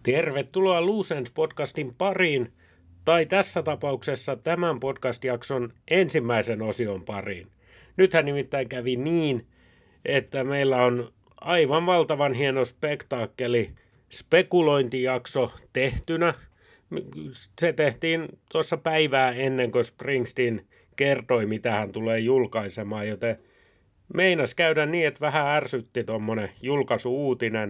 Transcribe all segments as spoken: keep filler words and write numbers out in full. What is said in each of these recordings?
Tervetuloa Loose Ends-podcastin pariin, tai tässä tapauksessa tämän podcast-jakson ensimmäisen osion pariin. Nythän nimittäin kävi niin, että meillä on aivan valtavan hieno spektaakkeli, spekulointijakso tehtynä. Se tehtiin tuossa päivää ennen kuin Springsteen kertoi, mitä hän tulee julkaisemaan, joten meinas käydä niin, että vähän ärsytti tuommoinen julkaisuuutinen.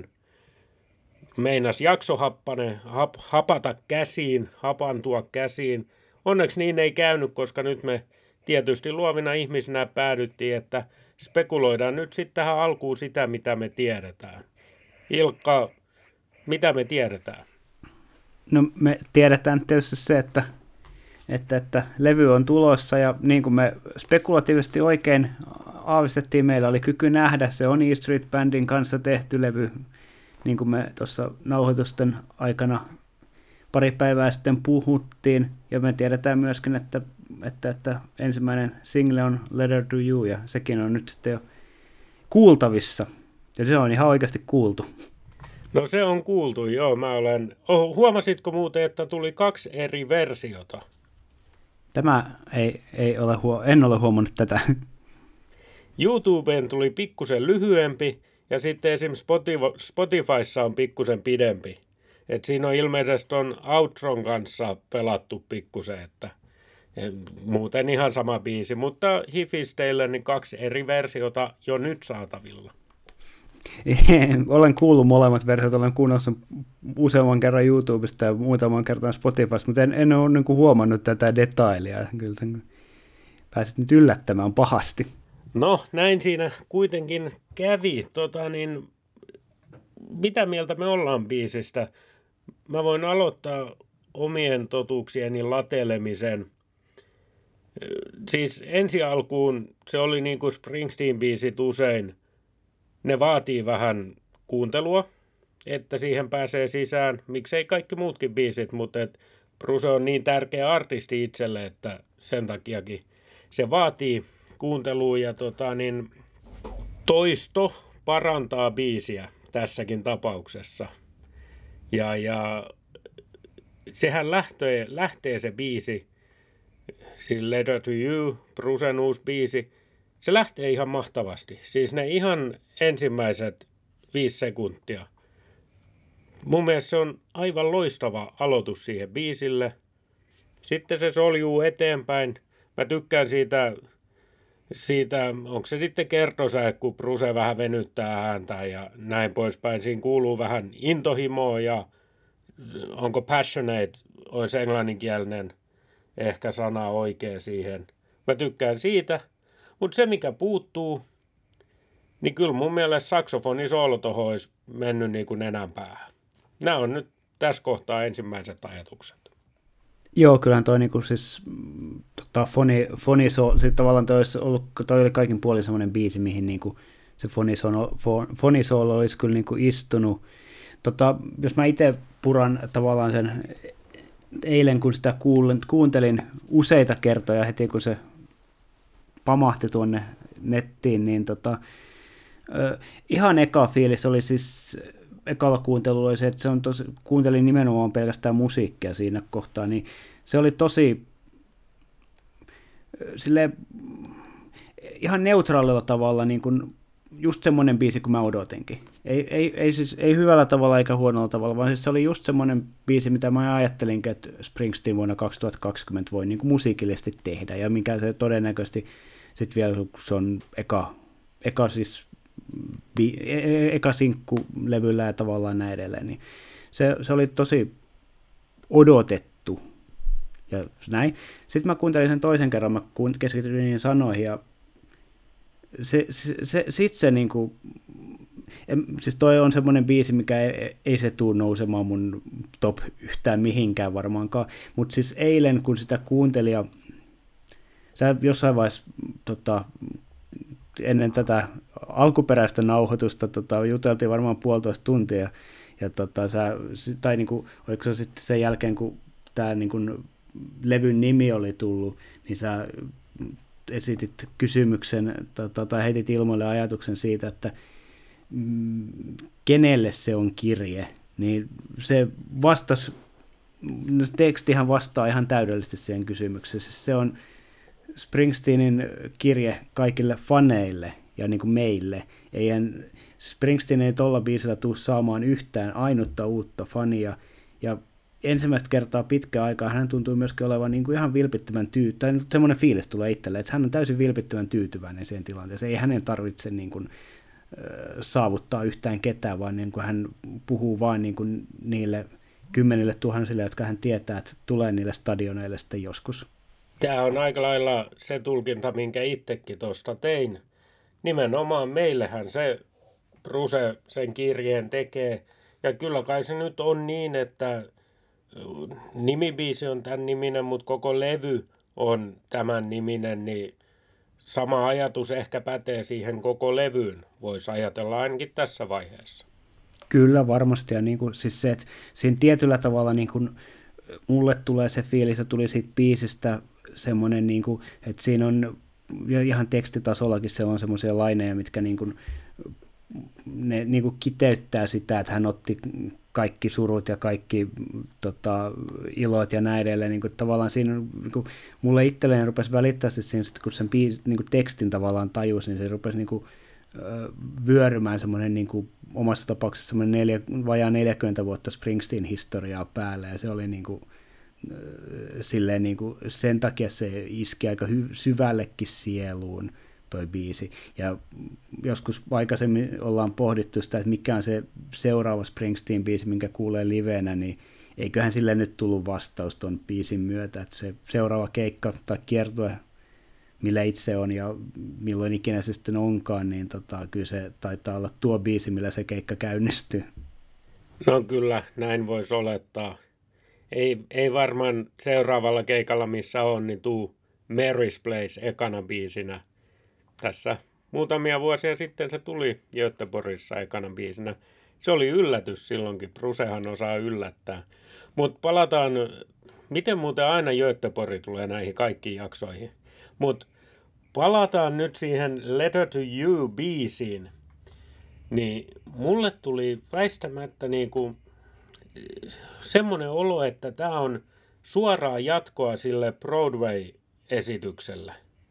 Meinas jaksohappane hap, hapata käsiin, hapantua käsiin. Onneksi niin ei käynyt, koska nyt me tietysti luovina ihmisinä päädyttiin, että spekuloidaan nyt sitten tähän alkuun sitä, mitä me tiedetään. Ilkka, mitä me tiedetään? No me tiedetään tietysti se, että, että, että levy on tulossa ja niin kuin me spekulatiivisesti oikein aavistettiin, meillä oli kyky nähdä, se on E Street Bandin kanssa tehty levy, niin kuin me tuossa nauhoitusten aikana pari päivää sitten puhuttiin, ja me tiedetään myöskin, että, että, että ensimmäinen single on Letter to You, ja sekin on nyt sitten jo kuultavissa, ja se on ihan oikeasti kuultu. No se on kuultu, joo. Mä olen... Oh, huomasitko muuten, että tuli kaksi eri versiota? Tämä ei, ei ole huo... en ole huomannut tätä. YouTubeen tuli pikkusen lyhyempi, ja sitten esimerkiksi Spotifyssa on pikkusen pidempi. Et siinä on ilmeisesti on outron kanssa pelattu pikkusen, että muuten ihan sama biisi, mutta Hifisteille niin kaksi eri versiota jo nyt saatavilla. Olen kuullut molemmat versiot, olen kuunnellut sen useamman kerran YouTubesta ja muutaman kerran Spotifysta, mutta en, en ole niin kuin huomannut tätä detailia. Kyllä pääsit nyt yllättämään pahasti. No, näin siinä kuitenkin kävi. Tota, niin, mitä mieltä me ollaan biisistä? Mä voin aloittaa omien totuuksieni latelemisen. Siis ensi alkuun se oli niin kuin Springsteen-biisit usein. Ne vaatii vähän kuuntelua, että siihen pääsee sisään. Miksei kaikki muutkin biisit, mutta et Bruce on niin tärkeä artisti itselle, että sen takiakin se vaatii kuuntelua ja tota, niin, toisto parantaa biisiä tässäkin tapauksessa. Ja, ja sehän lähtee, lähtee se biisi, siis Letter to You, Brucen uusi biisi, se lähtee ihan mahtavasti. Siis ne ihan ensimmäiset viisi sekuntia. Mun mielestä se on aivan loistava aloitus siihen biisille. Sitten se soljuu eteenpäin. Mä tykkään siitä, siitä onko se sitten kertosää, kun Bruce vähän venyttää häntä ja näin poispäin. Siinä kuuluu vähän intohimoa ja onko passionate, olisi englanninkielinen ehkä sana oikea siihen. Mä tykkään siitä. Mutta se, mikä puuttuu, niin kyllä mun mielestä saksofonisoolo tohon olisi mennyt niin kuin nenän päähän. Nämä on nyt tässä kohtaa ensimmäiset ajatukset. Joo, kyllähän toi, niin kuin siis, tota, foni, fonisoolo, sitten tavallaan toi, olisi ollut, toi oli kaikin puolin semmoinen biisi, mihin niin kuin se fonisoolo, fonisoolo olisi kyllä niin kuin istunut. Tota, jos mä itse puran tavallaan sen eilen, kun sitä kuuntelin useita kertoja heti, kun se pamahti tuonne nettiin, niin tota, ö, ihan eka fiilis oli siis, ekalla kuuntelulla oli se, että se on tosi, kuuntelin nimenomaan pelkästään musiikkia siinä kohtaa, niin se oli tosi silleen, ihan neutraalilla tavalla niin kuin just semmoinen biisi, kuin mä odotinkin. Ei, ei, ei, siis, ei hyvällä tavalla eikä huonolla tavalla, vaan siis se oli just semmoinen biisi, mitä mä ajattelinkin, että Springsteen vuonna kaksituhattakaksikymmentä voi niin kuin musiikillisesti tehdä, ja mikä se todennäköisesti sitten vielä, kun se on eka, eka, siis, bi, eka sinkku levyllä ja tavallaan näin edelleen, niin se, se oli tosi odotettu. Ja näin. Sitten mä kuuntelin sen toisen kerran, mä keskityin niihin sanoihin, ja se, se, se, sitten se niinku, siis toi on semmoinen biisi, mikä ei, ei se tuu nousemaan mun top yhtään mihinkään varmaankaan, mutta siis eilen, kun sitä kuuntelin, ja sä jossain vaiheessa tota, ennen tätä alkuperäistä nauhoitusta tota, juteltiin varmaan puolitoista tuntia, ja, ja tota, sä, tai niinku, oliko se sitten sen jälkeen, kun tämä niinku, levyn nimi oli tullut, niin sä esitit kysymyksen tota, tai heitit ilmoille ajatuksen siitä, että mm, kenelle se on kirje, niin se vastasi, no se tekstihän vastaa ihan täydellisesti siihen kysymykseen. Siis se on Springsteenin kirje kaikille faneille ja niin kuin meille. Eihän Springsteen ei tuolla biisillä tule saamaan yhtään ainutta uutta fania, ja ensimmäistä kertaa pitkään aikaa hän tuntui myöskin olevan niin kuin ihan vilpittömän tyytyväinen, tai semmoinen fiilis tulee itselle, että hän on täysin vilpittömän tyytyväinen siihen tilanteeseen. Ei hänen tarvitse niin kuin, äh, saavuttaa yhtään ketään, vaan niin kuin hän puhuu vain niin kuin niille kymmenille tuhansille, jotka hän tietää, että tulee niille stadioneille sitten joskus. Tämä on aika lailla se tulkinta, minkä itsekin tuosta tein. Nimenomaan meillähän se Bruce sen kirjeen tekee. Ja kyllä kai se nyt on niin, että nimibiisi on tämän niminen, mutta koko levy on tämän niminen, niin sama ajatus ehkä pätee siihen koko levyyn. Voisi ajatella ainakin tässä vaiheessa. Kyllä varmasti, ja niin kuin, siis se, että siinä tietyllä tavalla niin kuin, mulle tulee se fiilis, että tuli siitä biisistä semmoinen, niin kuin, että siinä on ihan tekstitasollakin siellä on semmoisia laineja, mitkä niin kuin, ne niin kuin kiteyttää sitä, että hän otti kaikki surut ja kaikki tota, ilot ja näin edelleen. Niin kuin, tavallaan siinä, niin kuin, mulle itselleen rupesi välittää se siinä, kun sen biis, niin kuin tekstin tavallaan tajusin, niin se rupesi niin kuin, vyörymään semmoinen niin kuin, omassa tapauksessa semmoinen neljä, vajaa neljäkymmentä vuotta Springsteen-historiaa päälle, ja se oli niin kuin, silleen, niin kuin, sen takia se iski aika hy- syvällekin sieluun toi biisi. Ja joskus aikaisemmin ollaan pohdittu sitä, että mikä on se seuraava Springsteen-biisi, minkä kuulee livenä, niin eiköhän sille nyt tullut vastaus ton biisin myötä, että se seuraava keikka tai kiertue, millä itse on ja milloin ikinä se sitten onkaan, niin tota, kyllä se taitaa olla tuo biisi, millä se keikka käynnistyy. No kyllä, näin voisi olettaa. Ei, ei varmaan seuraavalla keikalla, missä on, niin tuu Mary's Place ekana biisinä. Tässä muutamia vuosia sitten se tuli Göteborgissa ekana biisinä. Se oli yllätys silloinkin, Brucehan osaa yllättää. Mutta palataan, miten muuten aina Göteborg tulee näihin kaikkiin jaksoihin. Mutta palataan nyt siihen Letter to You-biisiin. Niin mulle tuli väistämättä niinku semmoinen olo, että tämä on suoraa jatkoa sille Broadway-esitykselle.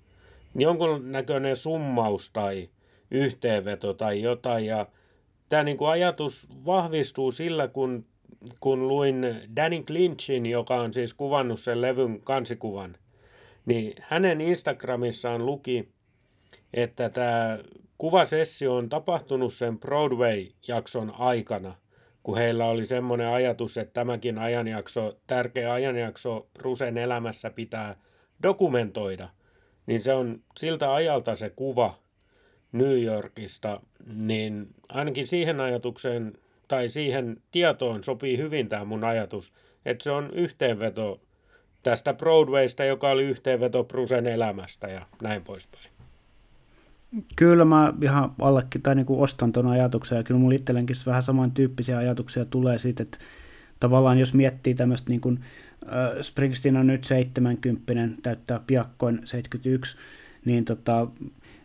Jonkun näköinen summaus tai yhteenveto tai jotain. Ja tämä niinku ajatus vahvistuu sillä, kun, kun luin Danny Clinchin, joka on siis kuvannut sen levyn kansikuvan, niin hänen Instagramissaan luki, että tämä kuvasessio on tapahtunut sen Broadway-jakson aikana, kun heillä oli semmoinen ajatus, että tämäkin ajanjakso, tärkeä ajanjakso Brucen elämässä pitää dokumentoida. Niin se on siltä ajalta se kuva New Yorkista, niin ainakin siihen ajatukseen tai siihen tietoon sopii hyvin tämä mun ajatus, että se on yhteenveto tästä Broadwaysta, joka oli yhteenveto Brucen elämästä ja näin poispäin. Kyllä mä ihan allekin tai niin kuin ostan tuon ajatuksen, ja kyllä mulla itsellenkin vähän samantyyppisiä ajatuksia tulee siitä, että tavallaan jos miettii tämmöistä, niin kuin äh, Springsteen on nyt seitsemänkymmentä, täyttää piakkoin seitsemänkymmentäyksi, niin tota, äh,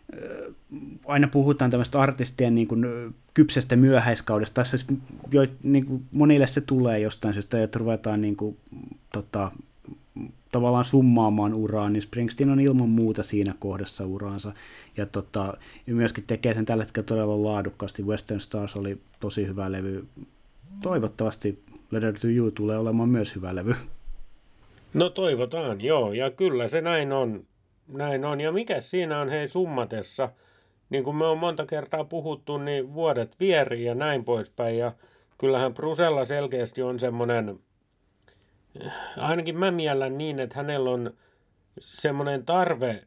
aina puhutaan tämmöistä artistien niin kuin kypsestä myöhäiskaudesta, tässä jo, niin kuin monille se tulee jostain syystä, että ruvetaan niin kuin, tota, tavallaan summaamaan uraa, niin Springsteen on ilman muuta siinä kohdassa uraansa, ja tota, myöskin tekee sen tällä hetkellä todella laadukkaasti. Western Stars oli tosi hyvä levy. Toivottavasti Letter to You tulee olemaan myös hyvä levy. No toivotaan, joo, ja kyllä se näin on. Näin on. Ja mikä siinä on hei summatessa, niin kuin me on monta kertaa puhuttu, niin vuodet vierii ja näin poispäin, ja kyllähän Brucella selkeästi on semmoinen, ainakin mä miellän niin, että hänellä on semmoinen tarve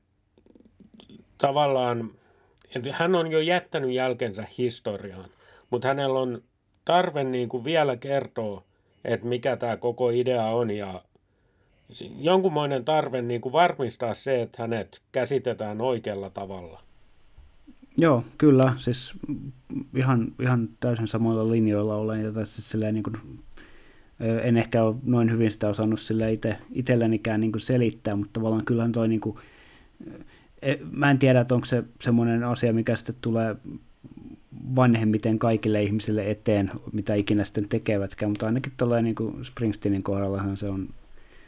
tavallaan, että hän on jo jättänyt jälkensä historiaan, mutta hänellä on tarve niin kuin vielä kertoa, että mikä tämä koko idea on, ja jonkunmoinen tarve niin kuin varmistaa se, että hänet käsitetään oikealla tavalla. Joo, kyllä, siis ihan, ihan täysin samoilla linjoilla olen, ja tässä silleen niin kuin en ehkä ole noin hyvin sitä osannut sille itse, itsellänikään niin kuin selittää, mutta tavallaan kyllähän toi, niin kuin, mä en tiedä, että onko se semmoinen asia, mikä sitten tulee vanhemmiten kaikille ihmisille eteen, mitä ikinä sitten tekevätkään, mutta ainakin tuolla niin kuin Springsteenin kohdallahan se on,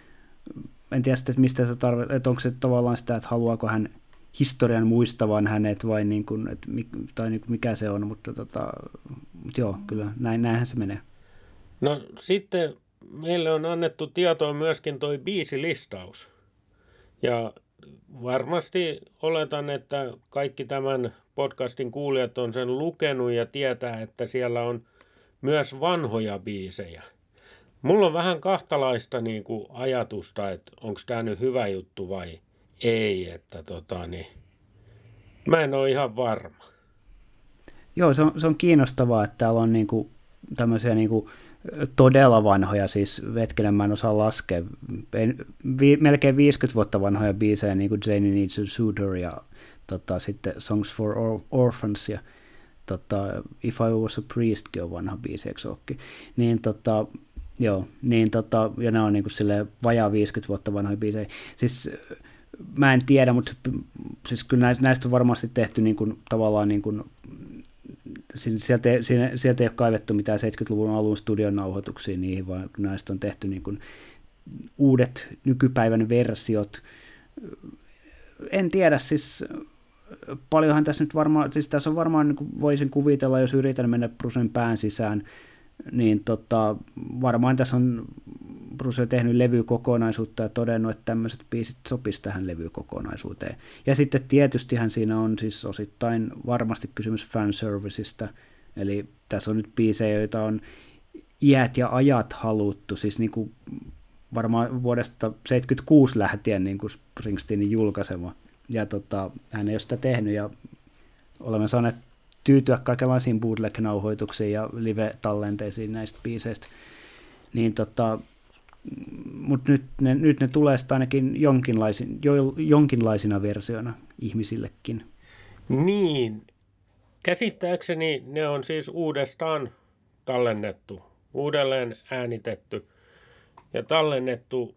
en tiedä sitten, että mistä se tarvitsee, että onko se tavallaan sitä, että haluaako hän historian muistavan hänet vai niin kuin, että, tai niin kuin mikä se on, mutta, tota, mutta joo, kyllä näin, näinhän se menee. No sitten meille on annettu tietoa myöskin toi biisilistaus. Ja varmasti oletan, että kaikki tämän podcastin kuulijat on sen lukenut ja tietää, että siellä on myös vanhoja biisejä. Mulla on vähän kahtalaista niin kuin ajatusta, että onko tämä nyt hyvä juttu vai ei. Että tota, niin, mä en ole ihan varma. Joo, se on, se on kiinnostavaa, että täällä on niin kuin tämmöisiä niin kuin todella vanhoja, siis hetkellä mä en osaa laskea, vi, melkein viisikymmentä vuotta vanhoja biisejä, niin kuin Janie Needs a Suitor ja tota, sitten Songs for Or- Orphans ja tota, If I Was a Priestkin on vanha biisi, eikö olekin? Niin tota, joo, niin tota, ja ne on niin kuin silleen vajaa viisikymmentä vuotta vanhoja biisejä. Siis mä en tiedä, mutta siis kyllä näistä on varmasti tehty niin kuin, tavallaan niin kuin, Sieltä, sieltä ei ole kaivettu mitään seitsemänkymmentäluvun alun studion nauhoituksia niihin, vaan näistä on tehty niin kuin uudet nykypäivän versiot. En tiedä, siis paljonhan tässä nyt varmaan, siis tässä on varmaan, niin kuin voisin kuvitella, jos yritän mennä Brucen pään sisään, niin tota, varmaan tässä on Bruce on tehnyt levykokonaisuutta ja todennut, että tämmöiset biisit sopisi tähän levykokonaisuuteen. Ja sitten tietystihän siinä on siis osittain varmasti kysymys fanserviceista, eli tässä on nyt biisejä, joita on iät ja ajat haluttu, siis niin kuin varmaan vuodesta seitsemänkymmentäkuusi lähtien niin kuin Springsteenin julkaisema. Ja tota, hän ei ole sitä tehnyt, ja olemme saaneet tyytyä kaikenlaisiin bootleg-nauhoituksiin ja live-tallenteisiin näistä biiseistä. Niin tota, mutta nyt ne, nyt ne tulee sitä ainakin jonkinlaisin, jo, jonkinlaisina versioina ihmisillekin. Niin, käsittääkseni ne on siis uudestaan tallennettu, uudelleen äänitetty ja tallennettu.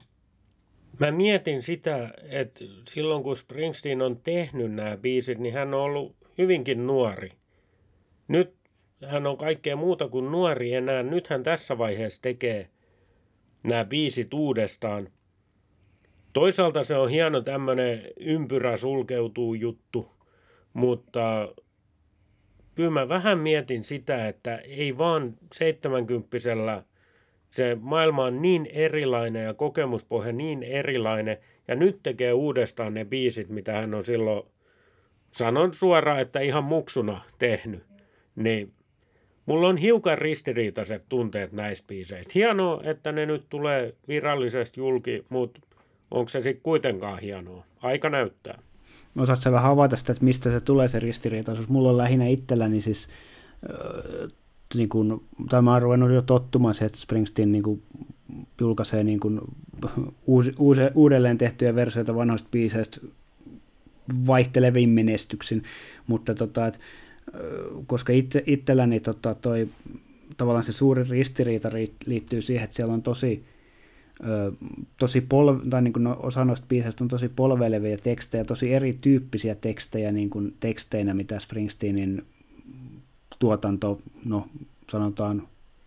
Mä mietin sitä, että silloin kun Springsteen on tehnyt nämä biisit, niin hän on ollut hyvinkin nuori. Nyt hän on kaikkea muuta kuin nuori enää. Nyt hän tässä vaiheessa tekee nämä biisit uudestaan. Toisaalta se on hieno tämmöinen ympyrä sulkeutuu juttu, mutta kyllä mä vähän mietin sitä, että ei vaan seitsemänkymppisellä se maailma on niin erilainen ja kokemuspohja niin erilainen, ja nyt tekee uudestaan ne biisit, mitä hän on silloin, sanon suoraan, että ihan muksuna tehnyt, niin mulla on hiukan ristiriitaiset tunteet näistä biiseistä. Hienoa, että ne nyt tulee virallisesti julki, mutta onko se sitten kuitenkaan hienoa? Aika näyttää. Osaatko sä vähän havaita sitä, että mistä se tulee se ristiriitaisuus? Mulla on lähinnä itselläni siis, äh, niin kun, tai mä oon ruvennut jo tottumaan se, että Springsteen niin kun, julkaisee niin kun, uusi, uusi, uudelleen tehtyjä versioita vanhoista biiseistä vaihtelevin menestyksin, mutta tota, et, koska itse, itselläni tota, toi, tavallaan se suuri ristiriita liittyy siihen, että siellä on tosi, ö, tosi polve, tai niin kuin osa noista biiseistä on tosi polveilevia tekstejä, tosi erityyppisiä tekstejä niin kuin teksteinä, mitä Springsteenin tuotanto, no sanotaan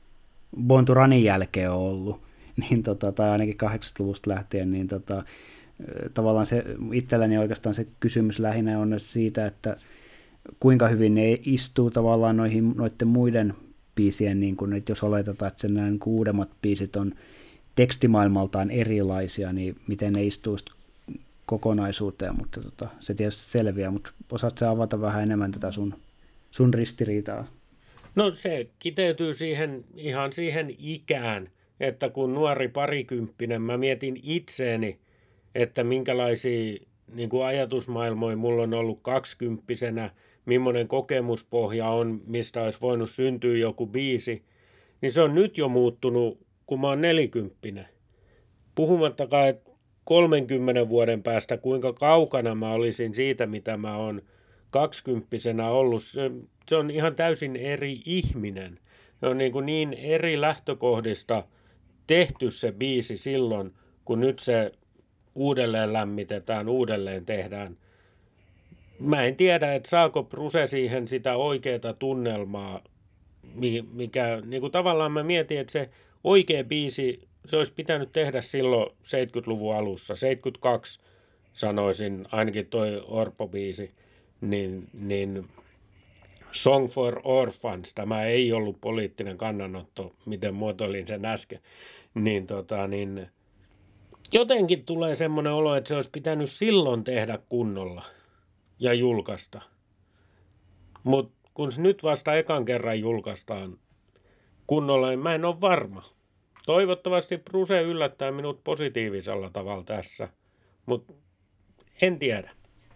Born to Runin jälkeen on ollut, niin tota, tai ainakin kahdeksankymmentäluvusta lähtien, niin tota, tavallaan se itselläni oikeastaan se kysymys lähinnä on siitä, että kuinka hyvin ne istuu tavallaan noihin, noiden muiden biisien, niin kun, että jos oletetaan, että sen niin uudemmat biisit on tekstimaailmaltaan erilaisia, niin miten ne istuu kokonaisuuteen, mutta tota, se tietysti selviää, mutta osaat sä avata vähän enemmän tätä sun, sun ristiriitaa? No se kiteytyy siihen, ihan siihen ikään, että kun nuori parikymppinen, mä mietin itseeni, että minkälaisia niin kuin ajatusmaailmoja mulla on ollut kaksikymppisenä, millainen kokemuspohja on, mistä olisi voinut syntyä joku biisi, niin se on nyt jo muuttunut, kun mä oon nelikymppinen. Puhumattakaan, että kolmenkymmenen vuoden päästä, kuinka kaukana mä olisin siitä, mitä mä oon kaksikymppisenä ollut. Se, se on ihan täysin eri ihminen. Se on niin, kuin niin eri lähtökohdista tehty se biisi silloin, kun nyt se uudelleen lämmitetään, uudelleen tehdään. mä en tiedä, että saako Bruce siihen sitä oikeaa tunnelmaa, mikä niin kuin tavallaan mä mietin, että se oikea biisi, se olisi pitänyt tehdä silloin seitsemänkymmentäluvun alussa, seitsemänkymmentäkaksi sanoisin, ainakin toi Orpo-biisi, niin, niin Song for Orphans, tämä ei ollut poliittinen kannanotto, miten muotoilin sen äsken, niin, tota, niin jotenkin tulee semmoinen olo, että se olisi pitänyt silloin tehdä kunnolla ja julkaista. Mutta kun se nyt vasta ekan kerran julkaistaan kunnolla, niin mä en ole varma. Toivottavasti Bruce yllättää minut positiivisella tavalla tässä, mutta en tiedä.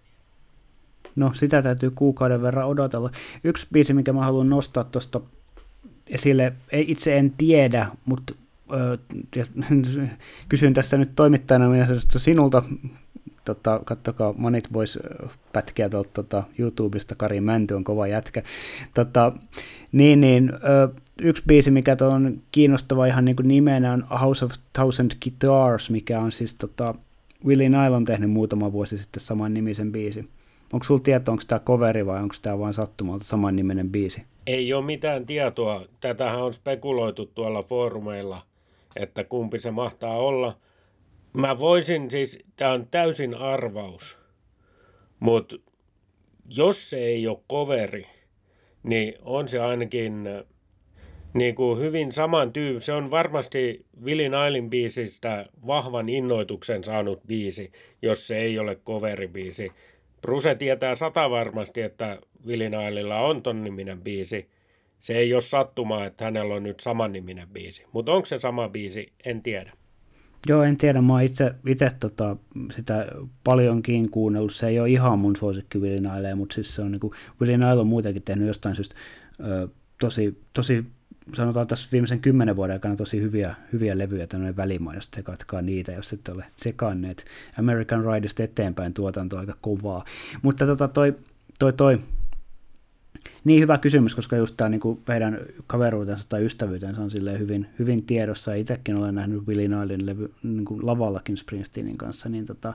No sitä täytyy kuukauden verran odotella. Yksi biisi, mikä mä haluan nostaa tuosta esille, ei, itse en tiedä, mutta ö, kysyn tässä nyt toimittajana sinulta, tota, kattokaa Monit Boys pätkiä tuolta tota, YouTubesta, Kari Mänty on kova jätkä. Tota, niin, niin, ö, yksi biisi, mikä on kiinnostava ihan niin kuin nimenä on House of Thousand Guitars, mikä on siis tota, Willie Nile on tehnyt muutama vuosi sitten saman nimisen biisi. Onko sulla tietoa, onko tämä coveri vai onko tämä vain sattumalta saman niminen biisi? Ei ole mitään tietoa. Tätähän on spekuloitu tuolla foorumeilla, että kumpi se mahtaa olla. Mä voisin siis, tämä on täysin arvaus, mutta jos se ei ole coveri, niin on se ainakin niin kuin hyvin saman tyyppi. Se on varmasti Willie Nilen biisistä vahvan innoituksen saanut biisi, jos se ei ole coveribiisi. Bruce tietää sata varmasti, että Willie Nilella on ton niminen biisi. Se ei ole sattumaa, että hänellä on nyt saman niminen biisi. Mutta onko se sama biisi, en tiedä. Joo, en tiedä. Mä oon itse, itse tota, sitä paljonkin kuunnellut. Se ei ole ihan mun suosikki Willie Nilea, mutta siis se on niin kuin, Willie Nile on muutenkin tehnyt jostain syystä ö, tosi, tosi, sanotaan tässä viimeisen kymmenen vuoden aikana tosi hyviä, hyviä levyjä, tämmöinen välimainos, tsekatkaa niitä, jos ette ole tsekanneet. American Ridesta eteenpäin tuotanto aika kovaa. Mutta tota toi, toi, toi, niin hyvä kysymys, koska just tämä niinku heidän kaveruutensa tai ystävyytensä on silleen hyvin, hyvin tiedossa. Itsekin olen nähnyt Willie Nilen levy niinku lavallakin Springsteenin kanssa, niin tota,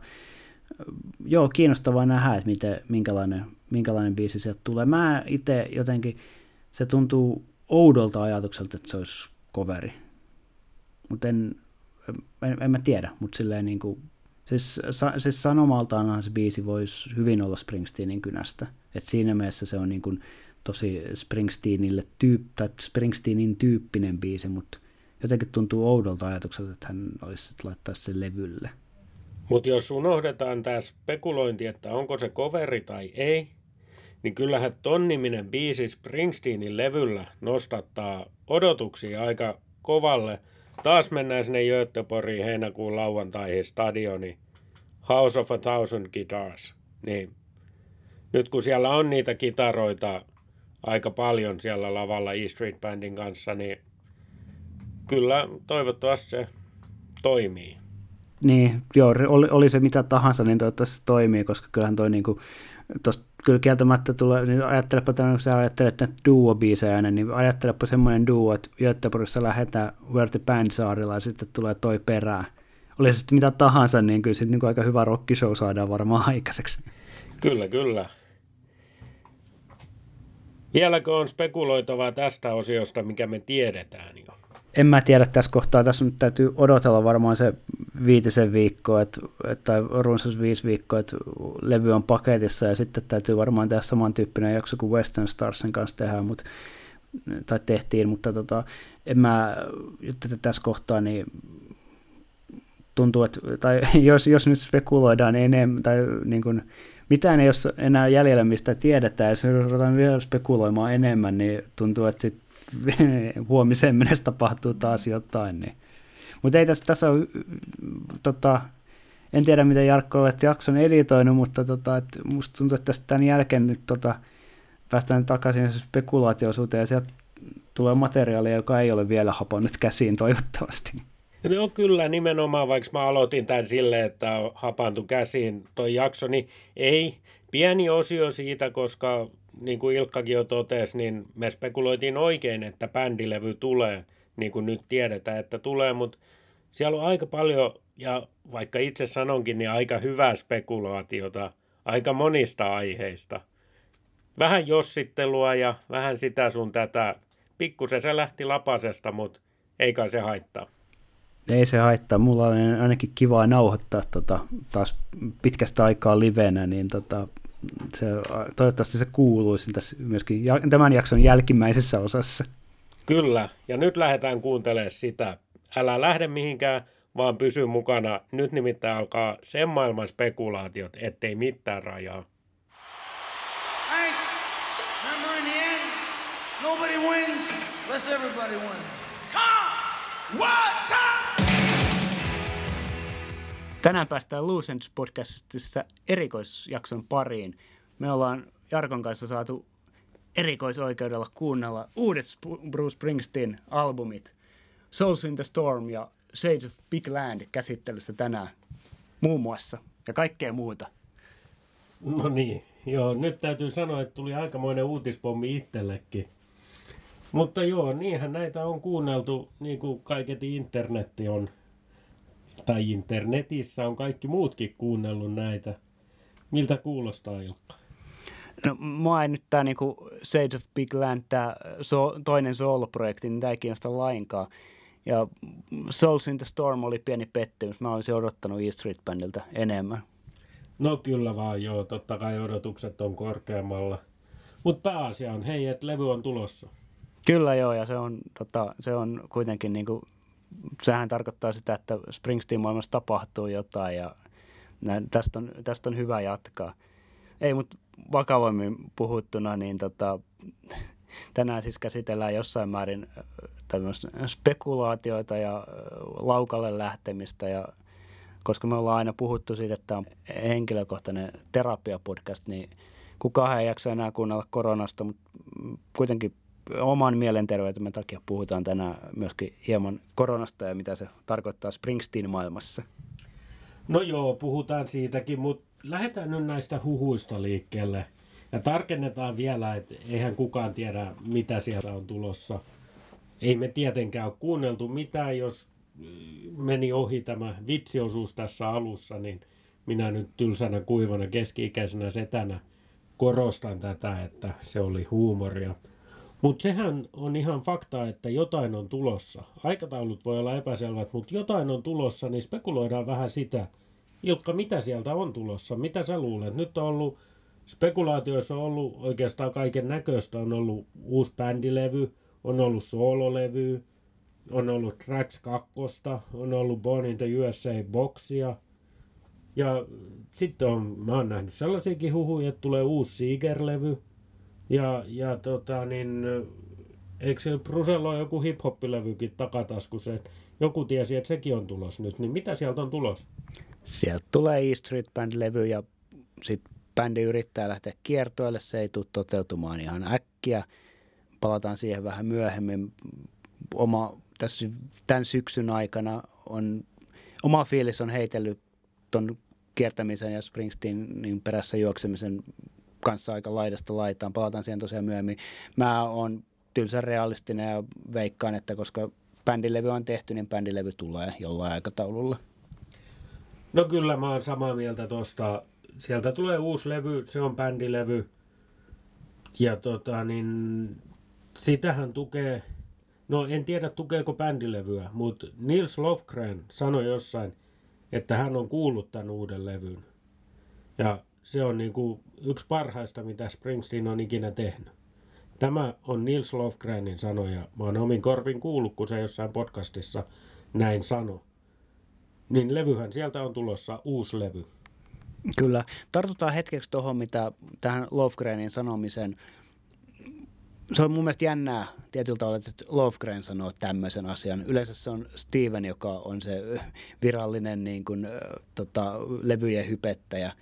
joo, kiinnostavaa nähdä, että miten, minkälainen, minkälainen biisi sieltä tulee. Mä itse jotenkin, se tuntuu oudolta ajatukselta, että se olisi coveri, mutta en, en, en mä tiedä, mutta silleen niinku, siis, sa, siis sanomaltaanhan se biisi voisi hyvin olla Springsteenin kynästä, että siinä mielessä se on niinku tosi Springsteenille tyyp, tai Springsteenin tyyppinen biisi, mutta jotenkin tuntuu oudolta ajatukselta, että hän olisi laittaisi sen levylle. Mutta jos unohdetaan tämä spekulointi, että onko se coveri tai ei, niin kyllähän ton niminen biisi Springsteenin levyllä nostattaa odotuksia aika kovalle. Taas mennään sinne Göteborgiin heinäkuun lauantaihin stadioni, House of a Thousand Guitars. Niin. Nyt kun siellä on niitä kitaroita aika paljon siellä lavalla E Street Bandin kanssa, niin kyllä toivottavasti se toimii. Niin, joo, oli, oli se mitä tahansa, niin toivottavasti se toimii, koska kyllähän toi niinku, tosta kyllä kieltämättä tulee, niin ajattelepa tämän, kun sä ajattelet näitä duo-biisejä, niin ajattelepa semmoinen duo, että Göteborgissa lähdetään Where the Band saarilla ja sitten tulee toi perään. Oli se sitten mitä tahansa, niin kyllä sitten niin aika hyvä rockishow saadaan varmaan aikaiseksi. Kyllä, kyllä. Vieläkö on spekuloitavaa tästä osiosta, mikä me tiedetään jo? En mä tiedä tässä kohtaa. Tässä nyt täytyy odotella varmaan se viitisen viikkoa, et, et, tai runsas viisi viikkoa, että levy on paketissa, ja sitten täytyy varmaan tehdä samantyyppinen jakso kuin Western Starsin kanssa tehdään, mut, tai tehtiin, mutta tota, en mä, että tässä kohtaa niin tuntuu, että, tai jos, jos nyt spekuloidaan enemmän, tai niin kuin, mitään ei ole enää jäljellä, mistä tiedetään, ja jos ruvetaan vielä spekuloimaan enemmän, niin tuntuu, että sit huomiseen mennessä tapahtuu taas jotain. Niin. Mutta ei tässä, tässä ole, tota, en tiedä miten Jarkko olet jakson editoinut, mutta tota, et musta tuntuu, että tästä tämän jälkeen nyt tota, päästään takaisin spekulaatioisuuteen, ja sieltä tulee materiaalia, joka ei ole vielä hapannut käsiin toivottavasti. No kyllä, nimenomaan, vaikka mä aloitin tämän silleen, että hapantu käsiin toi jakso, niin ei. Pieni osio siitä, koska niin kuin Ilkkakin jo totesi, niin me spekuloitiin oikein, että bändilevy tulee, niin kuin nyt tiedetään, että tulee, mutta siellä on aika paljon, ja vaikka itse sanonkin, niin aika hyvää spekulaatiota aika monista aiheista. Vähän jossittelua ja vähän sitä sun tätä. Pikkusen se lähti lapasesta, mutta ei kai se haittaa. Ei se haittaa. Mulla on ainakin kivaa nauhoittaa tota, taas pitkästä aikaa livenä, niin tota, se, toivottavasti se kuuluisi tässä myöskin tämän jakson jälkimmäisessä osassa. Kyllä, ja nyt lähdetään kuuntelemaan sitä. Älä lähde mihinkään, vaan pysy mukana. Nyt nimittäin alkaa sen maailman spekulaatiot, ettei mitään rajaa. Thanks. Remember in the end, nobody wins unless everybody wins. Come! What time? Tänään päästään Loose Ends-podcastissa erikoisjakson pariin. Me ollaan Jarkon kanssa saatu erikoisoikeudella kuunnella uudet Bruce Springsteen-albumit Souls in the Storm ja Shades of Big Land käsittelyssä tänään muun muassa ja kaikkea muuta. No niin, joo, nyt täytyy sanoa, että tuli aikamoinen uutispommi itsellekin. Mutta joo, niinhän näitä on kuunneltu, niin kuin kaiketi internetti on, tai internetissä on kaikki muutkin kuunnellut näitä. Miltä kuulostaa, Ilkka? No mua ei nyt tää niinku Shades of Big Land, tää so, toinen solo-projekti, niin tää ei kiinnosta lainkaan. Ja Souls in the Storm oli pieni pettymys. Mä olisin odottanut E Street Bandilta enemmän. No kyllä vaan joo, totta kai odotukset on korkeammalla. Mutta pääasia on, hei, että levy on tulossa. Kyllä joo, ja se on, tota, se on kuitenkin, niinku, sehän tarkoittaa sitä, että Springsteen-maailmassa tapahtuu jotain, ja nä, tästä, on, tästä on hyvä jatkaa. Ei, mutta vakavammin puhuttuna, niin tota, tänään siis käsitellään jossain määrin tämmöistä spekulaatioita ja laukalle lähtemistä, ja koska me ollaan aina puhuttu siitä, että tämä on henkilökohtainen terapiapodcast, niin kukaan ei jaksa enää kuunnella koronasta, mutta kuitenkin oman mielenterveytemme takia puhutaan tänään myöskin hieman koronasta ja mitä se tarkoittaa Springsteen-maailmassa. No joo, puhutaan siitäkin, mutta lähdetään nyt näistä huhuista liikkeelle. Ja tarkennetaan vielä, että eihän kukaan tiedä, mitä sieltä on tulossa. Ei me tietenkään ole kuunneltu mitään, jos meni ohi tämä vitsiosuus tässä alussa, niin minä nyt tylsänä kuivana keski-ikäisenä setänä korostan tätä, että se oli huumoria. Mutta sehän on ihan fakta, että jotain on tulossa. Aikataulut voi olla epäselvät, mutta jotain on tulossa, niin spekuloidaan vähän sitä. Ilkka, mitä sieltä on tulossa? Mitä sä luulet? Nyt on ollut, spekulaatioissa on ollut oikeastaan kaiken näköistä. On ollut uusi bändilevy, on ollut soololevy, on ollut Tracks kaksi, on ollut Born in the U S A-boksia. Ja sitten on, mä oon nähnyt sellaisiakin huhuja, että tulee uusi Seeger-levy. Ja, ja tota niin, eikö se Brusella ole joku hip-hop-levykin takataskussa, että joku tiesi, että sekin on tulossa nyt, niin mitä sieltä on tulossa? Sieltä tulee E Street Band-levy ja sitten bändi yrittää lähteä kiertoille, se ei tule toteutumaan ihan äkkiä. Palataan siihen vähän myöhemmin. Oma, tässä, tämän syksyn aikana on, oma fiilis on heitellyt ton kiertämisen ja Springsteenin perässä juoksemisen kanssa aika laidasta laitaan. Palataan siihen tosiaan myöhemmin. Mä oon tylsän realistinen ja veikkaan, että koska bändilevy on tehty, niin bändilevy tulee jollain aikataululla. No kyllä mä oon samaa mieltä tosta. Sieltä tulee uusi levy, se on bändilevy. Ja tota niin, sitähän tukee, no en tiedä tukeeko bändilevyä, mutta Nils Lofgren sanoi jossain, että hän on kuullut tämän uuden levyn. Ja se on niin kuin yksi parhaista, mitä Springsteen on ikinä tehnyt. Tämä on Nils Lofgrenin sanoja. Mä oon omin korvin kuullut, kun se jossain podcastissa näin sanoi. Niin levyhän sieltä on tulossa uusi levy. Kyllä. Tartutaan hetkeksi tuohon, mitä tähän Lofgrenin sanomiseen. Se on mun mielestä jännää tietyllä tavalla, että Lofgren sanoo tämmöisen asian. Yleensä se on Steven, joka on se virallinen niin kuin, tota, levyjen hypettäjä.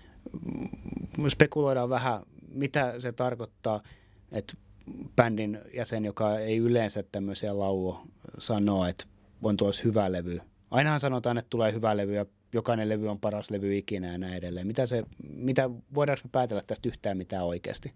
Spekuloidaan vähän, mitä se tarkoittaa, että bändin jäsen, joka ei yleensä tämmöisiä lauo, sanoo, että on tuossa hyvä levy. Ainahan sanotaan, että tulee hyvä levy ja jokainen levy on paras levy ikinä ja näin edelleen. Mitä se, mitä, voidaanko me päätellä tästä yhtään mitään oikeasti?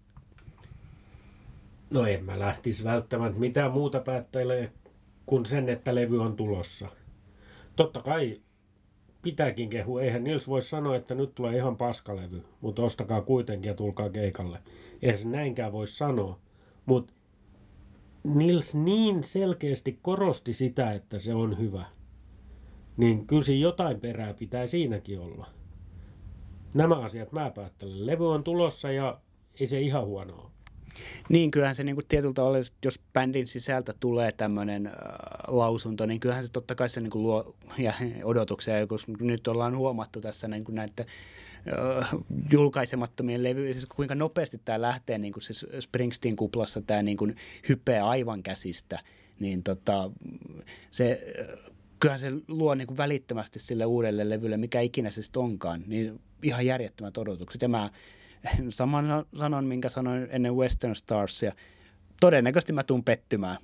No en mä lähtisi välttämättä mitään muuta päättelee kuin sen, että levy on tulossa. Totta kai pitääkin kehua. Eihän Nils voi sanoa, että nyt tulee ihan paskalevy, mutta ostakaa kuitenkin ja tulkaa keikalle. Eihän se näinkään voi sanoa, mutta Nils niin selkeästi korosti sitä, että se on hyvä. Niin kyllä siinä jotain perää pitää siinäkin olla. Nämä asiat mä päättelen. Levy on tulossa ja ei se ihan huono ole. Niin, kyllähän se niin kuin tietyltä oli, jos bändin sisältä tulee tämmöinen äh, lausunto, niin kyllähän se totta kai se niin kuin luo ja odotuksia, koska nyt ollaan huomattu tässä niin kuin näitä äh, julkaisemattomien levyjä, siis kuinka nopeasti tämä lähtee niin kuin siis Springsteen-kuplassa tämä niin kuin hypeä aivan käsistä, niin tota, se, kyllähän se luo niin kuin välittömästi sille uudelle levylle, mikä ikinä se sitten onkaan, niin ihan järjettömät odotukset. Ja mä saman sanon, minkä sanoin ennen Western Starsia. Todennäköisesti mä tuun pettymään.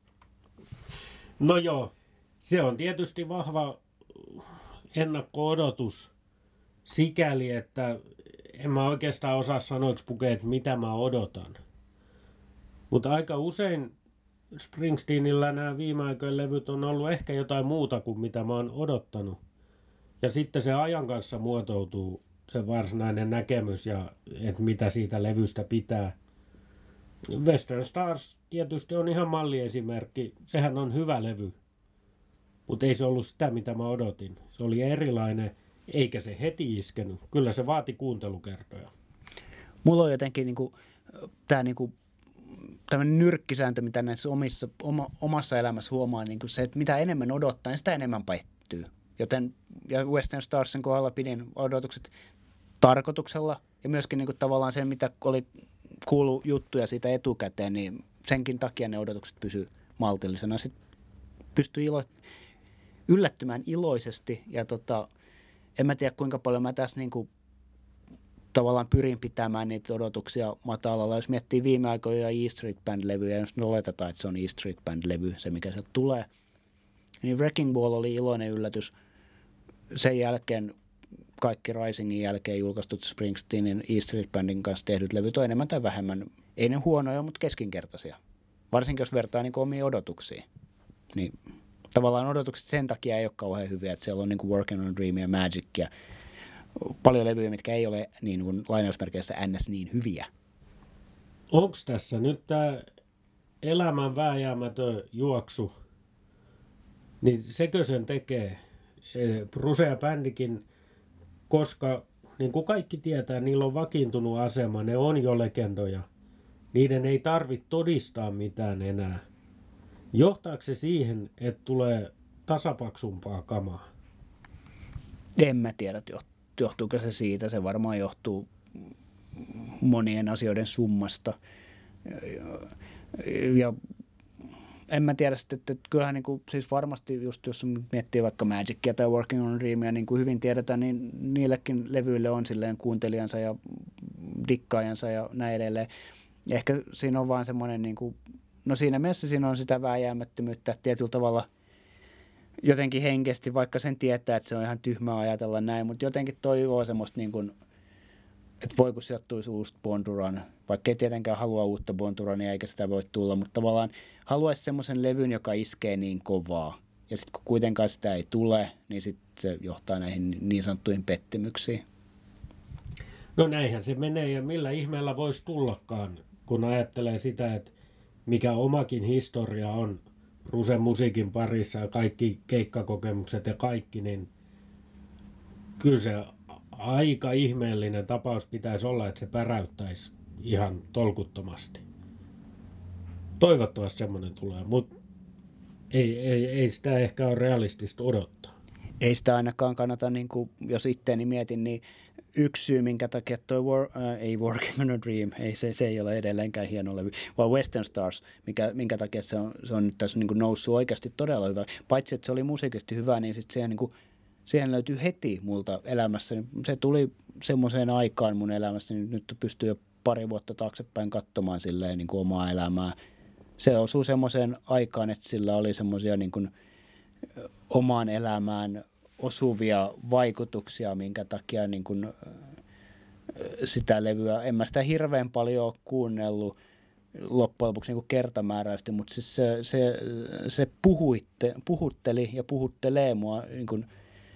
No joo, se on tietysti vahva ennakko-odotus sikäli, että en mä oikeastaan osaa sanoiksi pukea, että mitä mä odotan. Mutta aika usein Springsteenillä nämä viime aikojen levyt on ollut ehkä jotain muuta kuin mitä mä oon odottanut. Ja sitten se ajan kanssa muotoutuu se varsinainen näkemys ja että mitä siitä levystä pitää. Western Stars tietysti on ihan malliesimerkki. Sehän on hyvä levy, mutta ei se ollut sitä, mitä mä odotin. Se oli erilainen, eikä se heti iskenyt. Kyllä se vaati kuuntelukertoja. Mulla on jotenkin niinku, tämä niinku, tämmöinen nyrkkisääntö, mitä näissä omissa, oma, omassa elämässä huomaa, niinku se, että mitä enemmän odottaa, niin sitä enemmän pettyy. Joten ja Western Starsin kohdalla pidin odotukset tarkoituksella ja myöskin niin kuin tavallaan sen, mitä oli kuullut juttuja siitä etukäteen, niin senkin takia ne odotukset pysyy maltillisena. Sitten pystyy ilo, yllättymään iloisesti ja tota, en mä tiedä kuinka paljon mä tässä niin kuin, tavallaan pyrin pitämään niitä odotuksia matalalla. Jos miettii viime aikoja E Street Band-levyjä, jos oletetaan, että se on E Street Band-levy, se mikä sieltä tulee, niin Wrecking Ball oli iloinen yllätys. Sen jälkeen kaikki Risingin jälkeen julkaistut Springsteenin E Street Bandin kanssa tehdyt levyt on enemmän tai vähemmän, ei ne huonoja, mutta keskinkertaisia. Varsinkin jos vertaa niin omiin odotuksiin. Niin tavallaan odotukset sen takia ei ole kauhean hyviä, että siellä on niin kuin Working on a Dream ja Magic ja paljon levyjä, mitkä ei ole niin kuin lainausmerkeissä ns. Niin hyviä. Onko tässä nyt tämä elämän vääjäämätön juoksu, niin sekö sen tekee? Bruce ja bändikin, koska niin kuin kaikki tietää, niillä on vakiintunut asema, ne on jo legendoja. Niiden ei tarvitse todistaa mitään enää. Johtaako se siihen, että tulee tasapaksumpaa kamaa? En mä tiedä, johtuuko se siitä. Se varmaan johtuu monien asioiden summasta. Ja en mä tiedä sitten, että kyllähän niin kuin, siis varmasti just jos miettii vaikka Magicia tai Working on a Dreamia, niin kuin hyvin tiedetään, niin niillekin levyille on silleen kuuntelijansa ja dikkaajansa ja näin edelleen. Ehkä siinä on vaan semmoinen, niin kuin, no siinä mielessä siinä on sitä vääjäämättömyyttä, että tietyllä tavalla jotenkin henkisesti, vaikka sen tietää, että se on ihan tyhmää ajatella näin, mutta jotenkin toivoo semmoista niin kuin, että voi kun sieltä tulisi uusi Bonduran, vaikka ei tietenkään halua uutta Bondurania eikä sitä voi tulla, mutta tavallaan haluaisi semmoisen levyn, joka iskee niin kovaa. Ja sitten kun kuitenkaan sitä ei tule, niin sitten se johtaa näihin niin sanottuihin pettymyksiin. No näinhän se menee ja millä ihmeellä voisi tullakaan, kun ajattelee sitä, että mikä omakin historia on Brucen musiikin parissa ja kaikki keikkakokemukset ja kaikki, niin kyllä se aika ihmeellinen tapaus pitäisi olla, että se päräyttäisi ihan tolkuttomasti. Toivottavasti semmoinen tulee, mutta ei, ei, ei sitä ehkä ole realistista odottaa. Ei sitä ainakaan kannata, niin kuin, jos itteeni mietin, niin yksi syy, minkä takia toi war, äh, ei Working on a Dream, ei, se, se ei ole edelleenkään hieno levy, vaan Western Stars, mikä, minkä takia se on, se on nyt tässä niin kuin noussut oikeasti todella hyvä. Paitsi, että se oli musiikisesti hyvä, niin sitten se niin kuin siihen löytyy heti multa elämässä. Se tuli semmoiseen aikaan mun elämässä, niin nyt pystyy jo pari vuotta taaksepäin katsomaan silleen niin kuin omaa elämää. Se osuu semmoiseen aikaan, että sillä oli semmoisia niin kuin omaan elämään osuvia vaikutuksia, minkä takia niin kuin sitä levyä, en mä sitä hirveän paljon ole kuunnellut loppujen lopuksi niin kuin kertamääräisesti, mutta siis se, se, se puhuitte, puhutteli ja puhuttelee mua niin kuin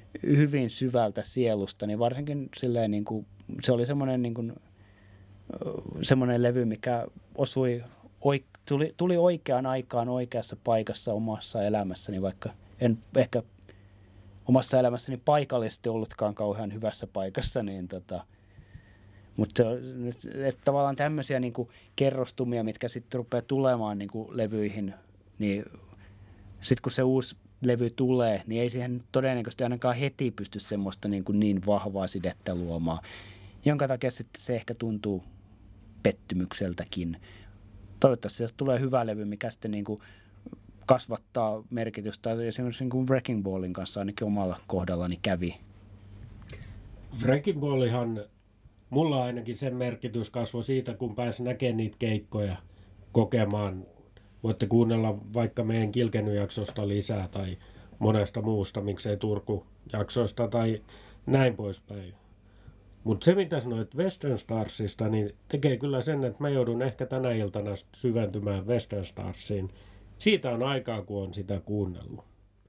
hyvin syvältä sielusta, niin varsinkin silleen niin kuin, se oli semmoinen niin kuin, semmoinen levy, mikä osui, oik, tuli, tuli oikeaan aikaan oikeassa paikassa omassa elämässäni, vaikka en ehkä omassa elämässäni paikallisesti ollutkaan kauhean hyvässä paikassa, niin tota, mutta tavallaan tämmöisiä niin kuin kerrostumia, mitkä sitten rupeaa tulemaan niin kuin levyihin, niin sitten kun se uusi levy tulee, niin ei siihen todennäköisesti ainakaan heti pysty semmoista niin, kuin niin vahvaa sidettä luomaan, jonka takia sitten se ehkä tuntuu pettymykseltäkin. Toivottavasti se tulee hyvä levy, mikä sitten niin kuin kasvattaa merkitystä. Esimerkiksi niin kuin Wrecking Ballin kanssa ainakin omalla kohdallani kävi. Wrecking Ballihan, mulla ainakin sen merkitys kasvoi siitä, kun pääsi näkemään niitä keikkoja, kokemaan. Voitte kuunnella vaikka meidän Kilkeny-jaksosta lisää tai monesta muusta, miksei Turku-jaksoista tai näin poispäin. Mutta se, mitä sanoit Western Starsista, niin tekee kyllä sen, että mä joudun ehkä tänä iltana syventymään Western Starsiin. Siitä on aikaa, kun on sitä kuunnellut.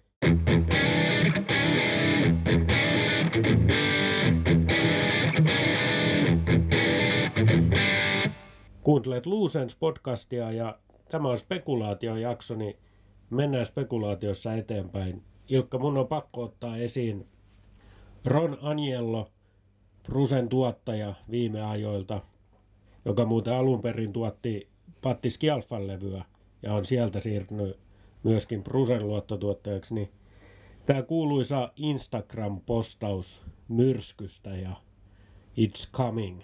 Kuuntelet Loose podcastia ja tämä on spekulaatiojakso, niin mennään spekulaatiossa eteenpäin. Ilkka, mun on pakko ottaa esiin Ron Aniello, Brucen tuottaja viime ajoilta, joka muuten alun perin tuotti Patti Scialfan levyä ja on sieltä siirtynyt myöskin Brucen luottotuottajaksi, niin tämä kuuluisa Instagram-postaus myrskystä ja It's Coming.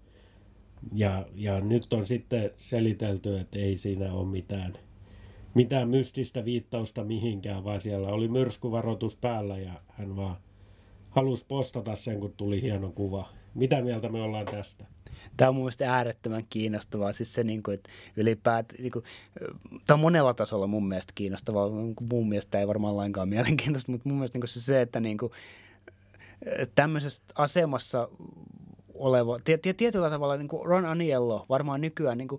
Ja, ja nyt on sitten selitelty, että ei siinä ole mitään, mitään mystistä viittausta mihinkään, vaan siellä oli myrskyvaroitus päällä ja hän vaan halusi postata sen, kun tuli hieno kuva. Mitä mieltä me ollaan tästä? Tämä on mun mielestä äärettömän kiinnostavaa. Siis se, niin kuin, että ylipäätään, niin kuin, tämä on monella tasolla mun mielestä kiinnostavaa. Mun mielestä ei varmaan lainkaan mielenkiintoista, mutta mun mielestä niin kuin se, että niin kuin, tämmöisessä asemassa oleva, tietyllä tavalla niin kuin Ron Aniello varmaan nykyään, niin kuin,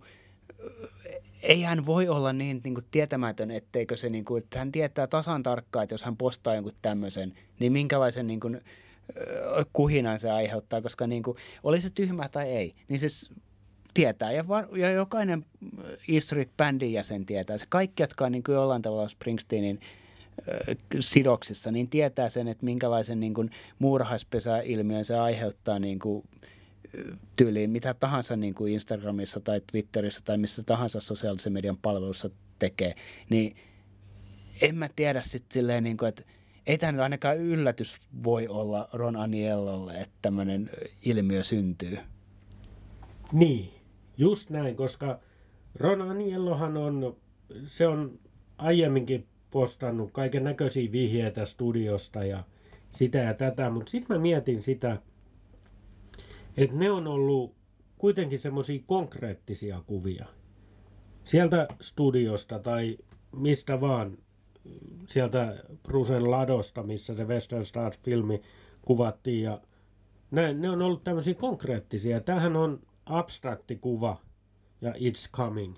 ei hän voi olla niin, niin kuin tietämätön, etteikö se, niin kuin, että hän tietää tasan tarkkaan, että jos hän postaa jonkun tämmöisen, niin minkälaisen niin kuin, kuhinan se aiheuttaa, koska niin kuin, oli se tyhmä tai ei, niin se tietää. Ja, var, ja jokainen E-Street-bändin jäsen tietää. Se kaikki, jotka on niin kuin jollain tavalla Springsteenin äh, sidoksissa, niin tietää sen, että minkälaisen niin kuin muurahaispesäilmiön se aiheuttaa niin kuin tyyliin mitä tahansa niin kuin Instagramissa tai Twitterissä tai missä tahansa sosiaalisen median palvelussa tekee, niin en mä tiedä sitten silleen, niin kuin, että ei tämä nyt ainakaan yllätys voi olla Ron Aniellolle, että tämmöinen ilmiö syntyy. Niin, just näin, koska Ron Aniellohan on, se on aiemminkin postannut kaiken näköisiä vihjeitä studiosta ja sitä ja tätä, mutta sitten mä mietin sitä, että ne on ollut kuitenkin semmoisia konkreettisia kuvia. Sieltä studiosta tai mistä vaan, sieltä Brucen ladosta, missä se Western Stars-filmi kuvattiin. Ja ne, ne on ollut tämmöisiä konkreettisia. Tämähän on abstrakti kuva ja It's Coming.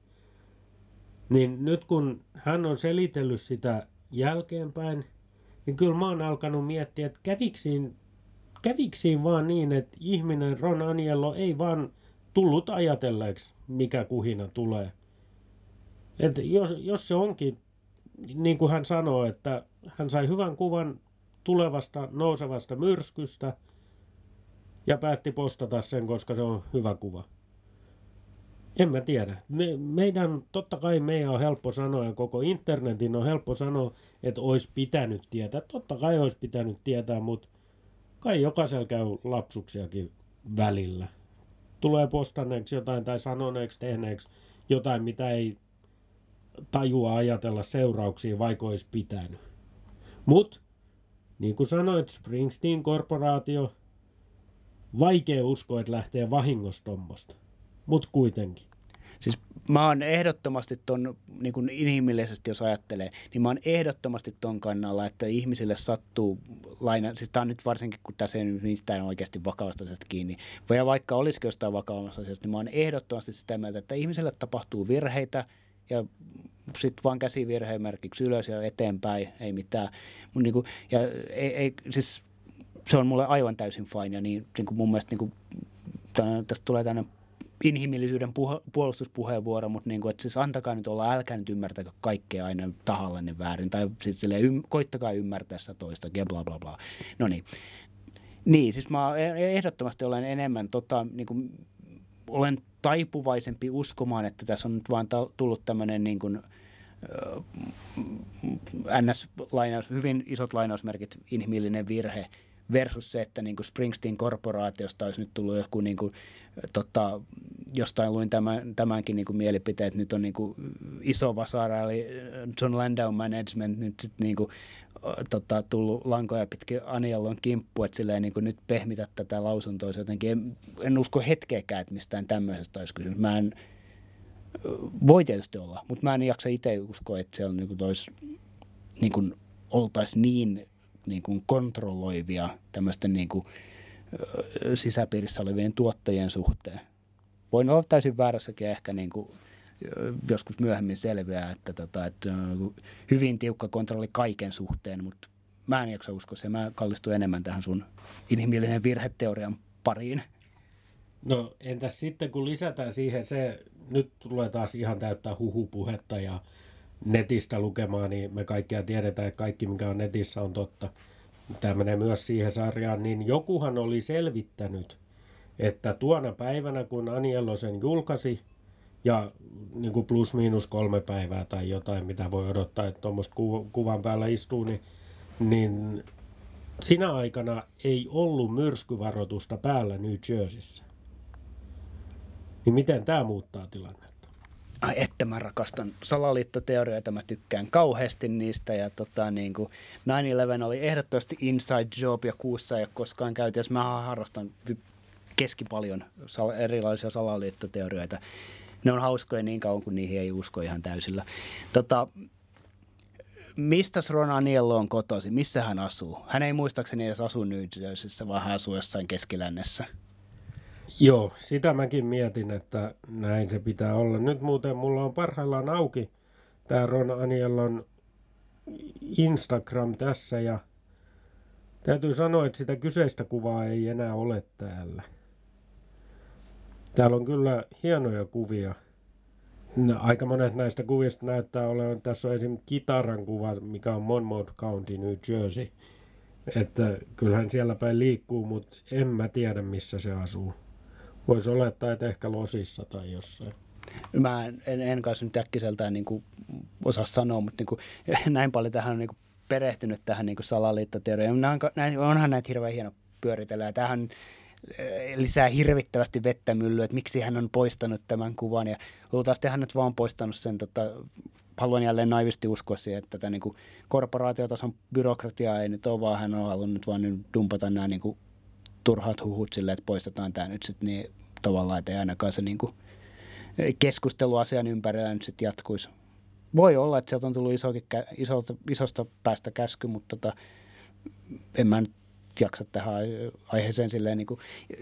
Niin nyt kun hän on selitellyt sitä jälkeenpäin, niin kyllä mä oon alkanut miettiä, että kävikö siinä Kävikö siinä vaan niin, että ihminen Ron Aniello ei vaan tullut ajatelleeksi, mikä kuhina tulee. Että jos, jos se onkin, niin kuin hän sanoo, että hän sai hyvän kuvan tulevasta nousevasta myrskystä ja päätti postata sen, koska se on hyvä kuva. En mä tiedä. Me, meidän, totta kai meidän on helppo sanoa ja koko internetin on helppo sanoa, että olisi pitänyt tietää. Totta kai olisi pitänyt tietää, mutta kai jokaisella käy lapsuksiakin välillä. Tulee postanneeksi jotain tai sanoneeksi, tehneeksi jotain, mitä ei tajua ajatella seurauksia, vaikka olisi pitänyt. Mut, niin kuin sanoit, Springsteen-korporaatio, vaikea uskoa, että lähtee vahingossa tommosta. Mut kuitenkin. Siis mä oon ehdottomasti ton, niin kuin inhimillisesti jos ajattelee, niin mä oon ehdottomasti ton kannalla, että ihmisille sattuu laina, siis tää on nyt varsinkin, kun tässä ei mistään oikeasti vakavasta asiasta kiinni, ja vaikka olisikin jostain vakavasta asiasta, niin mä oon ehdottomasti sitä mieltä, että ihmisille tapahtuu virheitä, ja sitten vaan käsivirheen merkiksi ylös ja eteenpäin, ei mitään. Mut niinku, ja ei, ei, siis se on mulle aivan täysin fine, ja niin, niinku mun mielestä niinku, tämän, tästä tulee tänne inhimillisyyden puh- puolustuspuheenvuoro, mutta niinku, että siis antakaa nyt olla, älkää nyt ymmärtäkö kaikkea aina tahallanne väärin, tai sitten silleen, ym, koittakaa ymmärtää sitä toistakin ja bla bla bla. No niin. Niin, siis mä ehdottomasti olen enemmän, tota, niinku, olen taipuvaisempi uskomaan, että tässä on nyt vaan tullut tämmöinen niin kuin, N S-lainaus, hyvin isot lainausmerkit, inhimillinen virhe, versus se, että niin kuin Springsteen-korporaatiosta olisi nyt tullut joku, niin kuin, tota, jostain luin tämän, tämänkin niin kuin mielipiteen, että nyt on niin kuin iso vasara, eli John Landau Management nyt sitten niin kuin, tota, tullut lankoja pitkin Anielon kimppu, että silleen niin kuin nyt pehmitä tätä lausuntoa jotenkin. En, en usko hetkeäkään, että mistään tämmöisestä olisi kysymys. Mä en, voi tietysti olla, mutta mä en jaksa itse uskoa, että siellä niin kuin tois, niin kuin oltaisiin niin, niin kuin kontrolloivia tämmöisten niin kuin, sisäpiirissä olevien tuottajien suhteen. Voin olla täysin väärässäkin ehkä niin kuin, joskus myöhemmin selviää, että, tota, että on hyvin tiukka kontrolli kaiken suhteen, mutta mä en jaksa uskoa se. Mä kallistun enemmän tähän sun inhimillinen virheteorian pariin. No entäs sitten, kun lisätään siihen se, nyt tulee taas ihan täyttää huhupuhetta ja netistä lukemaan, niin me kaikkia tiedetään, että kaikki mikä on netissä on totta. Tämä menee myös siihen sarjaan, niin jokuhan oli selvittänyt, että tuona päivänä, kun Aniello sen julkaisi, ja niin kuin plus miinus kolme päivää tai jotain, mitä voi odottaa, että tuommoista kuvan päällä istuu, niin, niin sinä aikana ei ollut myrskyvaroitusta päällä New Jerseyssä. Niin miten tämä muuttaa tilannetta? Ai että mä rakastan salaliittoteorioita, mä tykkään kauheasti niistä ja tota, niin kuin nine eleven oli ehdottomasti inside job ja kuussa ei ole koskaan käyty, jos mä harrastan keskipaljon sal- erilaisia salaliittoteorioita. Ne on hauskoja niin kauan, kun niihin ei usko ihan täysillä. Tota, mistä Ron Aniello on kotoisin? Missä hän asuu? Hän ei muistaakseni edes asu New Jerseyssä, vaan hän asuu jossain keskilännessä. Joo, sitä mäkin mietin, että näin se pitää olla. Nyt muuten mulla on parhaillaan auki tämä Ron Aniellon Instagram tässä ja täytyy sanoa, että sitä kyseistä kuvaa ei enää ole täällä. Täällä on kyllä hienoja kuvia. No, aika monet näistä kuvista näyttää olevan, tässä on esimerkiksi kitaran kuva, mikä on Monmouth County, New Jersey. Että kyllähän siellä päin liikkuu, mutta en mä tiedä missä se asuu. Voisi olettaa, että ehkä Losissa tai jossain. Mä en, en, en kanssa nyt äkkiseltään niin kuin osaa sanoa, mutta niin kuin, näin paljon tähän on niin kuin perehtynyt tähän niin kuin salaliittoteoriaan. Onhan näitä hirveän hieno pyöritellä. Tämähän lisää hirvittävästi vettä myllyä, että miksi hän on poistanut tämän kuvan. Ja luultavasti hän nyt vaan poistanut sen, tota, haluan jälleen naivisti uskoa siihen, että tätä niin kuin korporaatiotason byrokratiaa ei nyt ole, vaan hän on halunnut vaan nyt dumpata nämä niin kuin turhat huhut silleen, että poistetaan tämä nyt sitten niin tavallaan, että ei ainakaan se niin kuin keskustelu asian ympärillä nyt sitten jatkuisi. Voi olla, että sieltä on tullut isokin, isolta, isosta päästä käsky, mutta tota, en mä nyt jaksa tähän aiheeseen silleen niin kuin,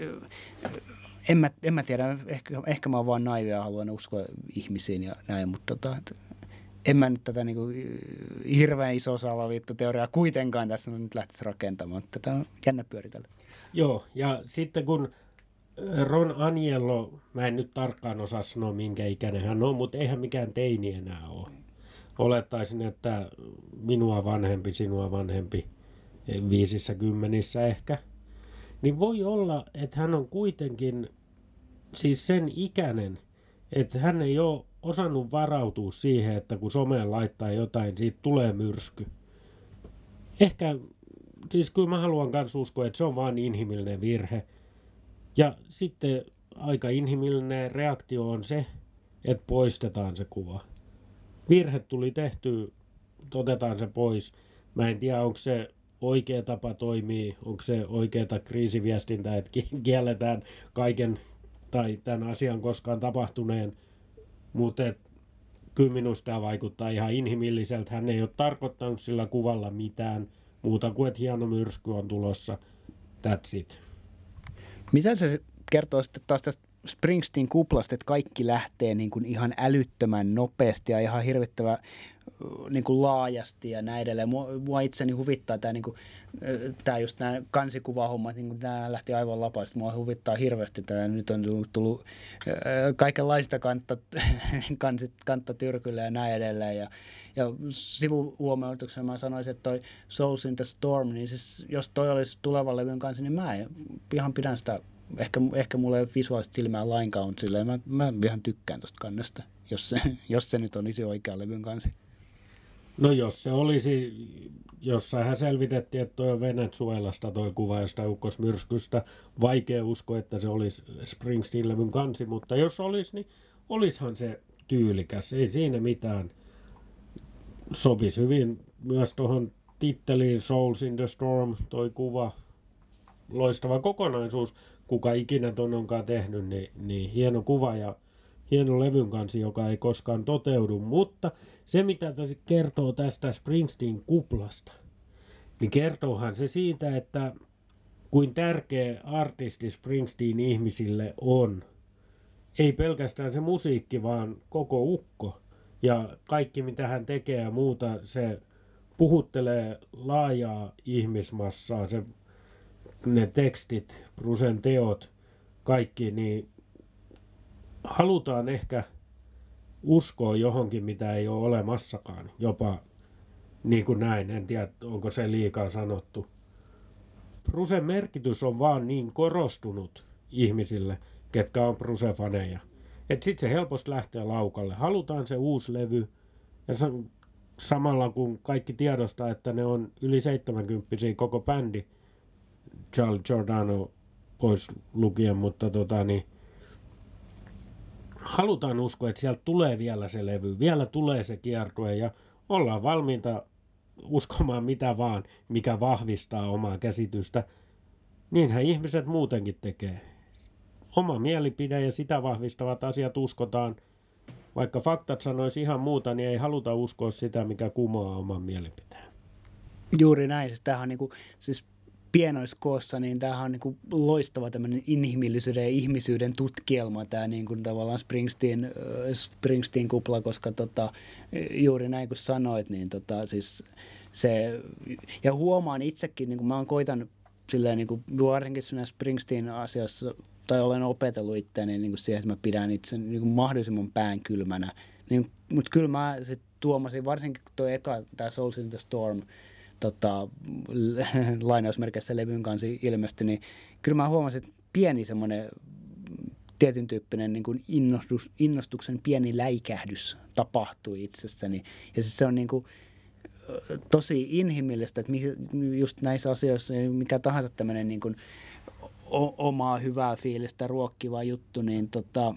en mä, en mä tiedä, ehkä, ehkä mä oon vaan naivia ja haluan uskoa ihmisiin ja näin, mutta tota, en mä nyt tätä niin kuin hirveän isoa salaliittoteoriaa kuitenkaan tässä nyt lähtisi rakentamaan. Tätä on jännä pyöritellä. Joo, ja sitten kun Ron Aniello, mä en nyt tarkkaan osaa sanoa minkä ikäinen hän on, mutta eihän mikään teini enää ole. Olettaisin, että minua vanhempi, sinua vanhempi, viisissä kymmenissä ehkä, niin voi olla, että hän on kuitenkin siis sen ikäinen, että hän ei ole osannut varautua siihen, että kun someen laittaa jotain, siitä tulee myrsky. Ehkä, siis kyllä mä haluan myös uskoa, että se on vain inhimillinen virhe. Ja sitten aika inhimillinen reaktio on se, että poistetaan se kuva. Virhe tuli tehtyä, otetaan se pois. Mä en tiedä, onko se oikea tapa toimii, onko se oikeata kriisiviestintää, että kielletään kaiken tai tämän asian koskaan tapahtuneen. Mutta kyllä minusta tämä vaikuttaa ihan inhimilliseltä. Hän ei ole tarkoittanut sillä kuvalla mitään muuta kuin, että hieno myrsky on tulossa. That's it. Mitä se kertoo sitten taas tästä Springsteen kuplasta, että kaikki lähtee niin kuin ihan älyttömän nopeasti ja ihan hirvittävän niin kuin laajasti ja näin edelleen. Mua, mua itseäni huvittaa tämä, niin kuin, tämä just nämä kansikuvahommat, niin kuin nämä lähti aivan lapaista. Mua huvittaa hirveästi tätä. Nyt on tullut, tullut kaikenlaista kantta, kantta tyrkyllä ja näin edelleen. Ja, ja sivuhuomautuksena mä sanoisin, että toi Souls in the Storm, niin siis jos toi olisi tulevan levyn kanssa, niin mä ihan pidän sitä. Ehkä, ehkä mulla ei ole visuaalista silmää lainkaan, mutta silleen mä, mä ihan tykkään tosta kannesta, jos se, jos se nyt olisi oikea levyn kansi. No jos se olisi, jossainhan selvitettiin, että toi on Venezuelasta toi kuva jostain ukkosmyrskystä. Vaikea uskoa, että se olisi Springsteen-levyn kansi, mutta jos olisi, niin olisihan se tyylikäs. Ei siinä mitään. Sopisi hyvin myös tuohon titteliin Souls in the Storm, toi kuva. Loistava kokonaisuus, kuka ikinä ton onkaan tehnyt, niin, niin hieno kuva ja hieno levyn kansi, joka ei koskaan toteudu. Mutta se, mitä tässä kertoo tästä Springsteen kuplasta, niin kertoohan se siitä, että kuin tärkeä artisti Springsteen ihmisille on. Ei pelkästään se musiikki, vaan koko ukko. Ja kaikki, mitä hän tekee ja muuta, se puhuttelee laajaa ihmismassaa. Se ne tekstit, Brucen teot, kaikki, niin halutaan ehkä uskoa johonkin, mitä ei ole olemassakaan. Jopa niin kuin näin, en tiedä, onko se liikaa sanottu. Brucen merkitys on vaan niin korostunut ihmisille, ketkä on Bruce-faneja. Että sitten se helposti lähtee laukalle. Halutaan se uusi levy, ja samalla kun kaikki tiedostaa, että ne on yli seitsemänkymppisiä koko bändi, Charlie Giordano pois lukien, mutta tota niin, halutaan uskoa, että sieltä tulee vielä se levy, vielä tulee se kiertue ja ollaan valmiita uskomaan mitä vaan, mikä vahvistaa omaa käsitystä. Niinhän ihmiset muutenkin tekee. Oma mielipide ja sitä vahvistavat asiat uskotaan. Vaikka faktat sanoisi ihan muuta, niin ei haluta uskoa sitä, mikä kumoaa oman mielipiteen. Juuri näin. Siis tämähän on niin kuin, siis pienoiskoossa, niin tämähän on niin kuin loistava tämmöinen inhimillisyyden ja ihmisyyden tutkielma, tämä niin kuin tavallaan Springsteen, Springsteen kupla, koska tota, juuri näin kuin sanoit, niin tota, siis se, ja huomaan itsekin, niin kuin mä oon koitan silleen, niin kuin varsinkin siinä Springsteen asiassa, tai olen opetellut itseäni niin kuin siihen, että mä pidän itse niin kuin mahdollisimman pään kylmänä, niin, mutta kyllä mä sitten tuomasin, varsinkin kun tuo eka, tämä Souls in the Storm, Tota, lainausmerkeissä levyn kanssa ilmestyi, niin kyllä mä huomasin, että pieni semmoinen tietyn tyyppinen niin kuin innostus, innostuksen pieni läikähdys tapahtui itsessäni. Ja siis se on niin kuin tosi inhimillistä, että just näissä asioissa mikä tahansa tämmöinen niin kuin omaa hyvää fiilistä ruokkiva juttu, niin tota,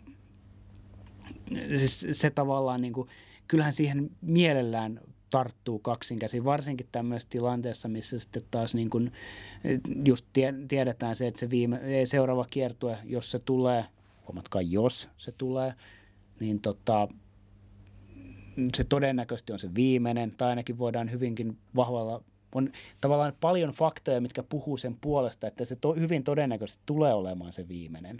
siis se tavallaan niin kuin, kyllähän siihen mielellään tarttuu kaksinkäsin, varsinkin tämmöisessä tilanteessa, missä sitten taas niin kuin just tiedetään se, että se viime, seuraava kiertue, jos se tulee, huomatkaa jos se tulee, niin tota, se todennäköisesti on se viimeinen, tai ainakin voidaan hyvinkin vahvalla, on tavallaan paljon faktoja, mitkä puhuu sen puolesta, että se to, hyvin todennäköisesti tulee olemaan se viimeinen.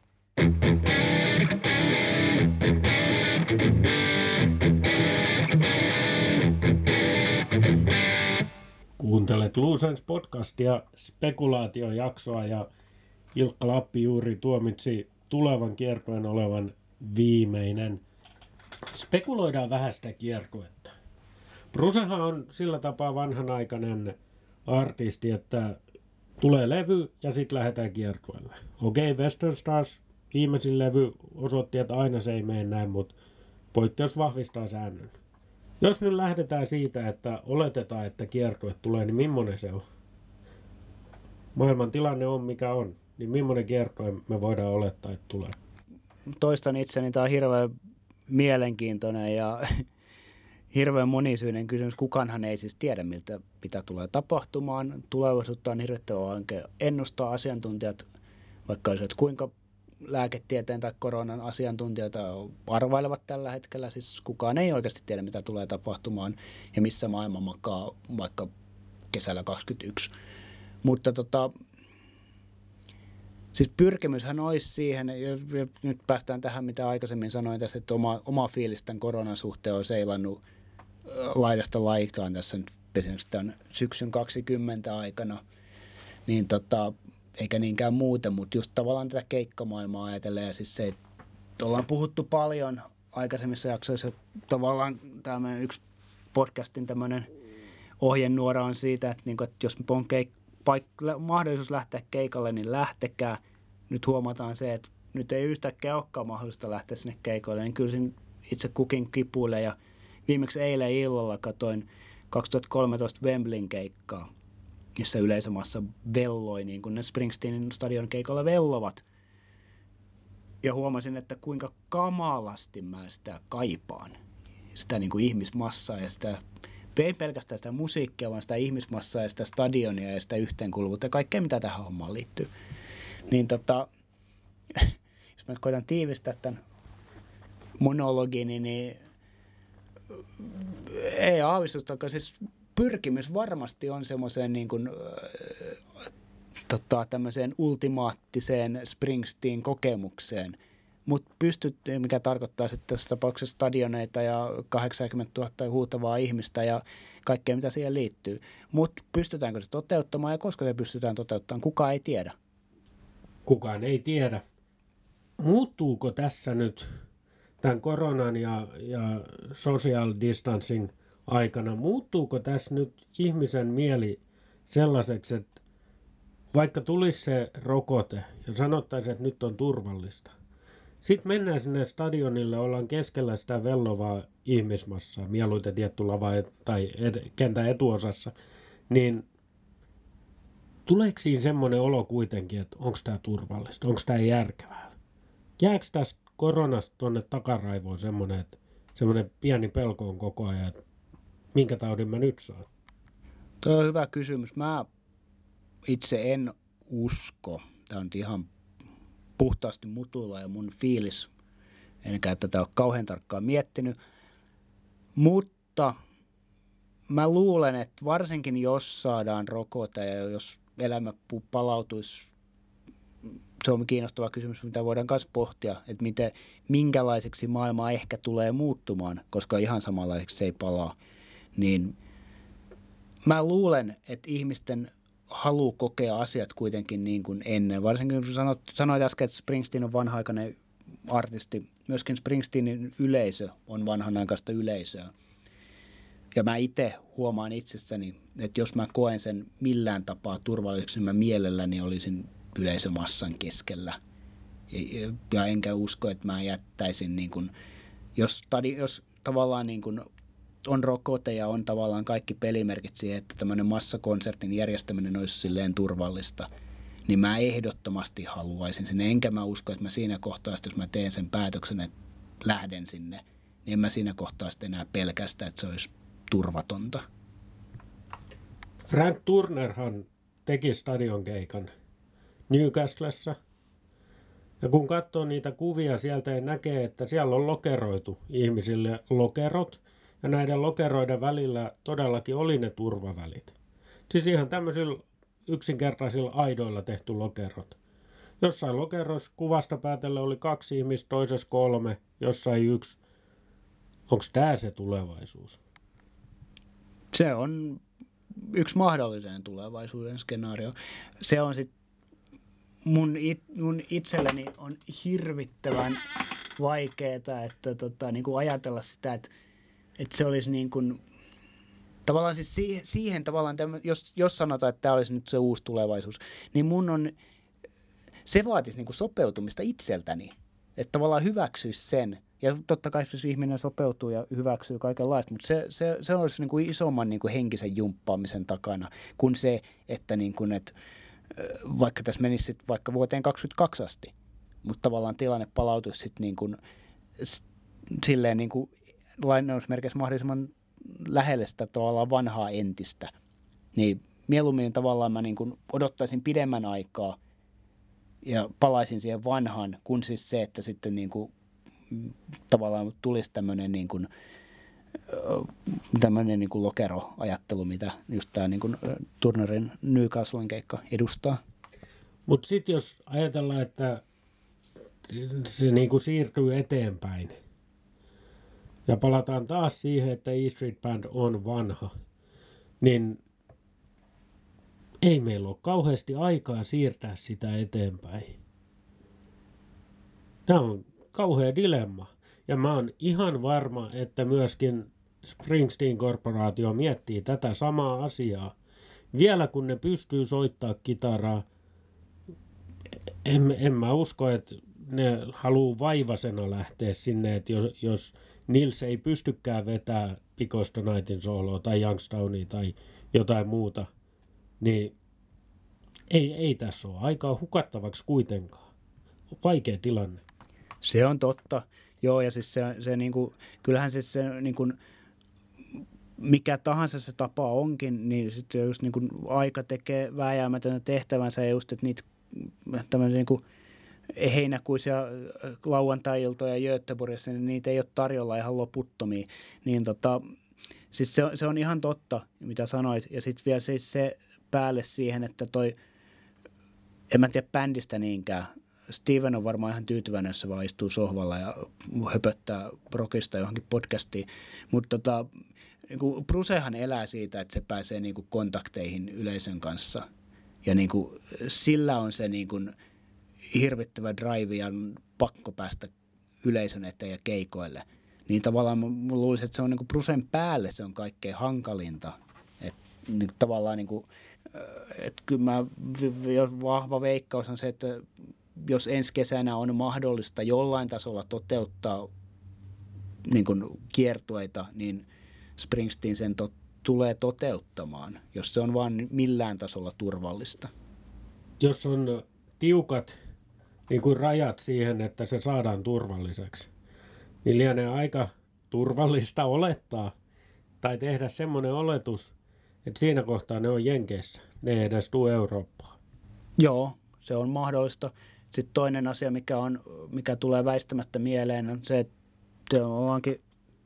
Kuuntelet Loose Ends podcastia, spekulaatiojaksoa ja Ilkka Lappi juuri tuomitsi tulevan kiertueen olevan viimeinen. Spekuloidaan vähän sitä kiertuetta. Brucehan on sillä tapaa vanhanaikainen artisti, että tulee levy ja sitten lähdetään kiertueelle. Okei, okay, Western Stars viimeisin levy osoitti, että aina se ei mene näin, mutta poikkeus vahvistaa säännön. Jos nyt lähdetään siitä, että oletetaan, että kiertue tulee, niin millainen se on? Maailman tilanne on mikä on, niin millainen kiertue me voidaan olettaa, että tulee? Toistan itseni, tämä on hirveän mielenkiintoinen ja hirveän monisyinen kysymys. Kukaanhan ei siis tiedä, miltä mitä tulee tapahtumaan. Tulevaisuutta on hirveän vaikea ennustaa. Asiantuntijat, vaikka olisivat kuinka lääketieteen tai koronan asiantuntijoita arvailevat tällä hetkellä. Siis kukaan ei oikeasti tiedä, mitä tulee tapahtumaan ja missä maailma makaa vaikka kesällä kaksikymmentäyksi. Mutta tota, Siis pyrkimyshän olisi siihen, ja nyt päästään tähän, mitä aikaisemmin sanoin tässä, että oma, oma fiilis tämän koronan suhteen on seilannut laidasta laitaan tässä nyt esimerkiksi tämän syksyn kaksikymmentä aikana, niin tota, eikä niinkään muuten, mutta just tavallaan tätä keikkamaailmaa ajatellen, ja siis se, että ollaan puhuttu paljon aikaisemmissa jaksoissa, tavallaan tämä yksi podcastin tämmöinen ohjenuora on siitä, että, niin kuin, että jos on keik- paik- mahdollisuus lähteä keikalle, niin lähtekää. Nyt huomataan se, että nyt ei yhtäkkiä olekaan mahdollista lähteä sinne keikoille, niin kyllä siinä itse kukin kipuilee, ja viimeksi eilen illalla katoin kaksituhattakolmetoista Wembleyn keikkaa, missä yleisömassa velloi, niin kuin ne Springsteenin stadion keikolla vellovat. Ja huomasin, että kuinka kamalasti mä sitä kaipaan, sitä niin kuin ihmismassaa ja sitä, ei pelkästään sitä musiikkia, vaan sitä ihmismassaa ja sitä stadionia ja sitä yhteenkuuluvuutta ja kaikkea, mitä tähän hommaan liittyy. Niin tota, jos mä koitan tiivistää tämän monologini, niin ei aavistustakaan, siis pyrkimys varmasti on semmoiseen niin kuin, äh, tota, tämmöiseen ultimaattiseen Springsteen-kokemukseen, mutta pystyt, mikä tarkoittaa sitten tässä tapauksessa stadioneita ja kahdeksankymmentätuhatta huutavaa ihmistä ja kaikkea, mitä siihen liittyy. Mutta pystytäänkö se toteuttamaan ja koska se pystytään toteuttamaan, kukaan ei tiedä. Kukaan ei tiedä. Muuttuuko tässä nyt tämän koronan ja, ja social distancing aikana, muuttuuko tässä nyt ihmisen mieli sellaiseksi, että vaikka tulisi se rokote ja sanottaisiin, että nyt on turvallista, sitten mennään sinne stadionille, ollaan keskellä sitä vellovaa ihmismassaa, mieluiten tietty lava tai ed- kentän etuosassa, niin tuleeko siinä semmoinen olo kuitenkin, että onko tämä turvallista, onko tämä järkevää? Jääkö tästä koronasta tuonne takaraivoon semmoinen, että semmoinen pieni pelko on koko ajan, että minkä taudin mä nyt saan? Tuo on hyvä kysymys. Mä itse en usko. Tämä on ihan puhtaasti mutuilla ja mun fiilis. Enkä tätä ole kauhean tarkkaan miettinyt. Mutta mä luulen, että varsinkin jos saadaan rokote ja jos elämä palautuisi, se on kiinnostava kysymys, mitä voidaan myös pohtia, että miten, minkälaiseksi maailma ehkä tulee muuttumaan, koska ihan samanlaiseksi se ei palaa. Niin mä luulen, että ihmisten halu kokea asiat kuitenkin niin kuin ennen. Varsinkin kun sanoit, sanoit äsken, että Springsteen on vanha-aikainen artisti. Myöskin Springsteenin yleisö on vanhanaikaista yleisöä. Ja mä itse huomaan itsessäni, että jos mä koen sen millään tapaa turvalliseksi, mä mielelläni olisin yleisömassan keskellä. Ja, ja enkä usko, että mä jättäisin, niin kuin, jos, jos tavallaan niin kuin on rokote ja on tavallaan kaikki pelimerkit siihen, että tämmöinen massakonsertin järjestäminen olisi silleen turvallista, niin mä ehdottomasti haluaisin sinne. Enkä mä usko, että mä siinä kohtaa, jos mä teen sen päätöksen, että lähden sinne, niin en mä siinä kohtaa enää pelkästä, että se olisi turvatonta. Frank Turnerhan teki stadionkeikan Newcastlessa. Ja kun katsoo niitä kuvia, sieltä ei näkee, että siellä on lokeroitu ihmisille lokerot. Ja näiden lokeroiden välillä todellakin oli ne turvavälit. Siis ihan tämmöisillä yksinkertaisilla aidoilla tehty lokerot. Jossain lokerossa kuvasta päätellä oli kaksi ihmistä, toisessa kolme, jossain yksi. Onko tämä se tulevaisuus? Se on yksi mahdollinen tulevaisuuden skenaario. Se on sitten mun, it, mun itselleni on hirvittävän vaikeaa, että tota, niin kuin ajatella sitä, että, että se olisi niin kuin, tavallaan siis siihen, siihen tavallaan, jos, jos sanotaan, että tämä olisi nyt se uusi tulevaisuus, niin mun on, se vaatisi niin kuin sopeutumista itseltäni, että tavallaan hyväksyisi sen. Ja totta kai siis ihminen sopeutuu ja hyväksyy kaikenlaista, mutta se, se, se olisi niin kuin isomman niin kuin henkisen jumppaamisen takana kuin se, että, niin kuin, että vaikka tässä menisi sit vaikka vuoteen kaksikymmentäkaksi asti, mutta tavallaan tilanne palautuisi sitten niin kuin, silleen niin kuin lainausmerkeissä mahdollisimman lähelle sitä tavallaan vanhaa entistä. Niin mieluummin tavallaan mä niin kuin odottaisin pidemmän aikaa ja palaisin siihen vanhaan, kun siis se, että sitten niin kuin tavallaan tulisi tämmöinen niin kuin, tämmöinen niin kuin lokeroajattelu, mitä just tämä niin kuin Turnerin Newcastlen keikka edustaa. Mutta sitten jos ajatellaan, että se niinku siirtyy eteenpäin ja palataan taas siihen, että E Street Band on vanha, niin ei meillä ole kauheasti aikaa siirtää sitä eteenpäin. Tämä on kauhea dilemma. Ja mä oon ihan varma, että myöskin Springsteen-korporaatio miettii tätä samaa asiaa. Vielä kun ne pystyy soittaa kitaraa, en, en mä usko, että ne haluaa vaivasena lähteä sinne, että jos, jos Nils ei pystykään vetää Because the Nightin sooloa tai Youngstownia tai jotain muuta, niin ei, ei tässä ole aikaa hukattavaksi kuitenkaan. Vaikea tilanne. Se on totta. Joo, ja siis se, se niinku, kyllähän siis se niinku, mikä tahansa se tapa onkin, niin sitten just niinku aika tekee vääjäämätöntä tehtävänsä ja just, että niitä tämmöisiä niinku heinäkuisia lauantai-iltoja Göteborgissa, niin niitä ei ole tarjolla ihan loputtomia. Niin tota, siis se, se on ihan totta, mitä sanoit. Ja sitten vielä siis se päälle siihen, että toi, en mä tiedä bändistä niinkään, Steven on varmaan ihan tyytyväinen, jos se vaan istuu sohvalla ja höpöttää rockista johonkin podcastiin. Mutta tota, niinku Brucehan elää siitä, että se pääsee niinku kontakteihin yleisön kanssa. Ja niinku, sillä on se niinku hirvittävä drive ja pakko päästä yleisön eteen ja keikoille. Niin tavallaan mä luulisin, että se on niinku Brucen päälle se on kaikkein hankalinta. Että niinku, tavallaan niinku, että kyllä mä, vahva veikkaus on se, että jos ensi kesänä on mahdollista jollain tasolla toteuttaa niin kuin kiertueita, niin Springsteen sen to- tulee toteuttamaan, jos se on vain millään tasolla turvallista. Jos on tiukat niin kuin rajat siihen, että se saadaan turvalliseksi, niin lienee aika turvallista olettaa tai tehdä semmoinen oletus, että siinä kohtaa ne on Jenkeissä, ne ei edes tule Eurooppaan. Joo, se on mahdollista. Sitten toinen asia, mikä, on, mikä tulee väistämättä mieleen, on se, että ollaankin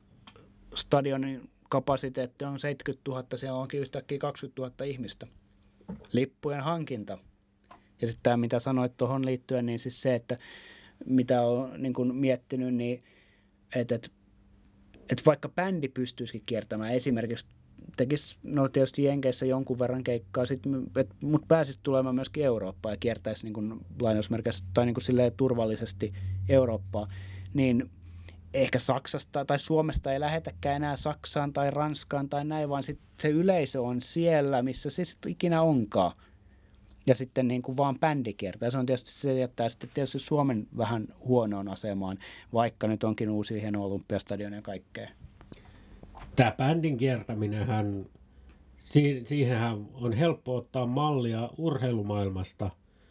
stadionin kapasiteetti on seitsemänkymmentätuhatta, siellä onkin yhtäkkiä kaksikymmentätuhatta ihmistä. Lippujen hankinta. Ja sitten tämä, mitä sanoit tuohon liittyen, niin siis se, että mitä olen niin kuin miettinyt, niin että, että, että vaikka bändi pystyisikin kiertämään, esimerkiksi tekisi, no tietysti Jenkeissä jonkun verran keikkaa, mutta pääsisi tulemaan myöskin Eurooppaan ja kiertäisi niin kuin lainausmerkeissä tai niin kuin silleen turvallisesti Eurooppaan, niin ehkä Saksasta tai Suomesta ei lähetäkään enää Saksaan tai Ranskaan tai näin, vaan sit se yleisö on siellä, missä se sitten ikinä onkaan. Ja sitten niin kuin vaan bändi kiertää. Se on tietysti, se jättää sitten tietysti Suomen vähän huonoon asemaan, vaikka nyt onkin uusi hieno Olympiastadion ja kaikkea. Tämä bändin kiertäminenhän, siihenhän on helppo ottaa mallia urheilumaailmasta.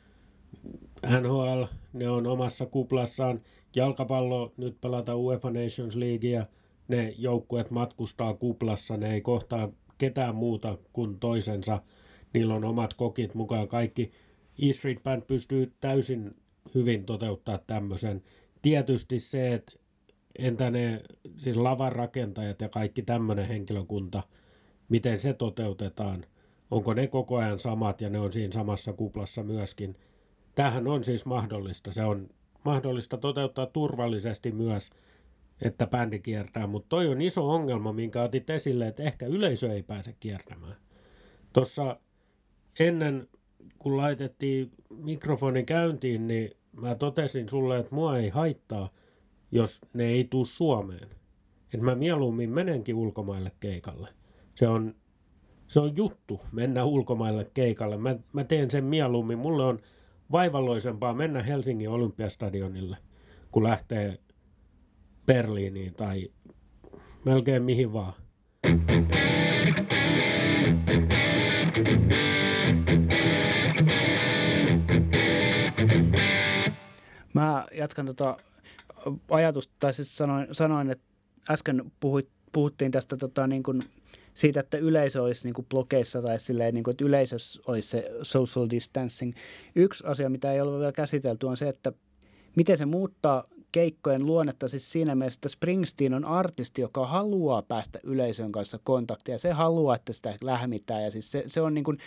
N H L, ne on omassa kuplassaan. Jalkapallo, nyt pelata UEFA Nations Leaguea, ne joukkueet matkustaa kuplassa, ne ei kohtaa ketään muuta kuin toisensa. Niillä on omat kokit mukaan kaikki. E Street Band pystyy täysin hyvin toteuttaa tämmöisen. Tietysti se, että entä ne siis lavan rakentajat ja kaikki tämmöinen henkilökunta, miten se toteutetaan, onko ne koko ajan samat ja ne on siinä samassa kuplassa myöskin. Tämähän on siis mahdollista. Se on mahdollista toteuttaa turvallisesti myös, että bändi kiertää, mutta toi on iso ongelma, minkä otit esille, että ehkä yleisö ei pääse kiertämään. Tuossa ennen, kun laitettiin mikrofoni käyntiin, niin mä totesin sulle, että mua ei haittaa, jos ne ei tuu Suomeen. Että mä mieluummin menenkin ulkomaille keikalle. Se on, se on juttu mennä ulkomaille keikalle. Mä, mä teen sen mieluummin. Mulle on vaivalloisempaa mennä Helsingin Olympiastadionille, kun lähtee Berliiniin tai melkein mihin vaan. Mä jatkan tota ajatusta, tai siis sanoin, sanoin että äsken puhuit, puhuttiin tästä tota, niin kuin siitä, että yleisö olisi niin kuin blokeissa tai silleen, niin kuin, että yleisössä olisi se social distancing. Yksi asia, mitä ei ole vielä käsitelty, on se, että miten se muuttaa keikkojen luonnetta siis siinä mielessä, että Springsteen on artisti, joka haluaa päästä yleisön kanssa kontaktia. Se haluaa, että sitä lähmitään ja siis se, se on niin kuin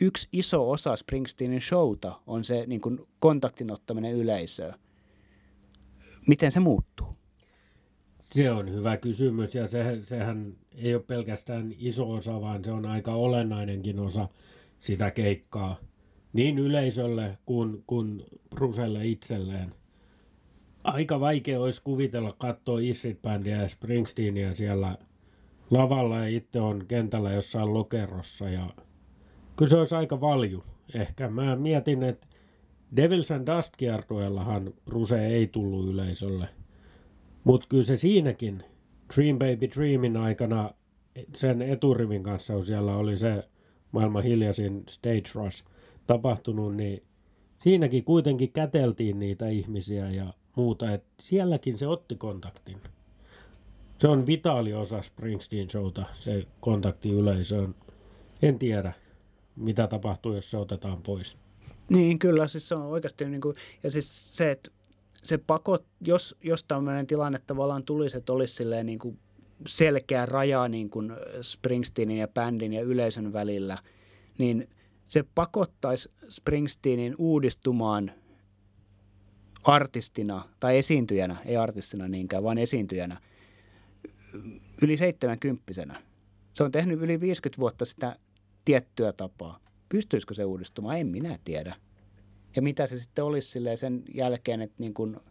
yksi iso osa Springsteenin showta on se niin kuin kontaktin ottaminen yleisöön. Miten se muuttuu? Se on hyvä kysymys ja se, sehän ei ole pelkästään iso osa, vaan se on aika olennainenkin osa sitä keikkaa. Niin yleisölle kuin, kuin Brucelle itselleen. Aika vaikea olisi kuvitella katsoa Isrid-bändiä ja Springsteenia siellä lavalla ja itse on kentällä jossain lokerossa. Ja kyllä se olisi aika valju ehkä. Mä mietin, että Devils and Dust-kiertueellahan Bruce ei tullut yleisölle. Mutta kyllä se siinäkin Dream Baby Dreamin aikana sen eturivin kanssa, kun siellä oli se maailman hiljaisin stage rush tapahtunut, niin siinäkin kuitenkin käteltiin niitä ihmisiä ja muuta, että sielläkin se otti kontaktin. Se on vitaali osa Springsteen showta, se kontakti yleisöön. En tiedä, mitä tapahtuu, jos se otetaan pois. Niin, kyllä, siis se on oikeasti, niin kuin, ja siis se, että se pakot, jos, jos tämmöinen tilanne tavallaan tulisi, että olisi silleen niin kuin selkeä raja niin kuin Springsteenin ja bändin ja yleisön välillä, niin se pakottaisi Springsteenin uudistumaan artistina tai esiintyjänä, ei artistina niinkään, vaan esiintyjänä yli seitsemänkymppisenä. Se on tehnyt yli viisikymmentä vuotta sitä tiettyä tapaa. Pystyisikö se uudistumaan? En minä tiedä. Ja mitä se sitten olisi silleen sen jälkeen, että niin kuin,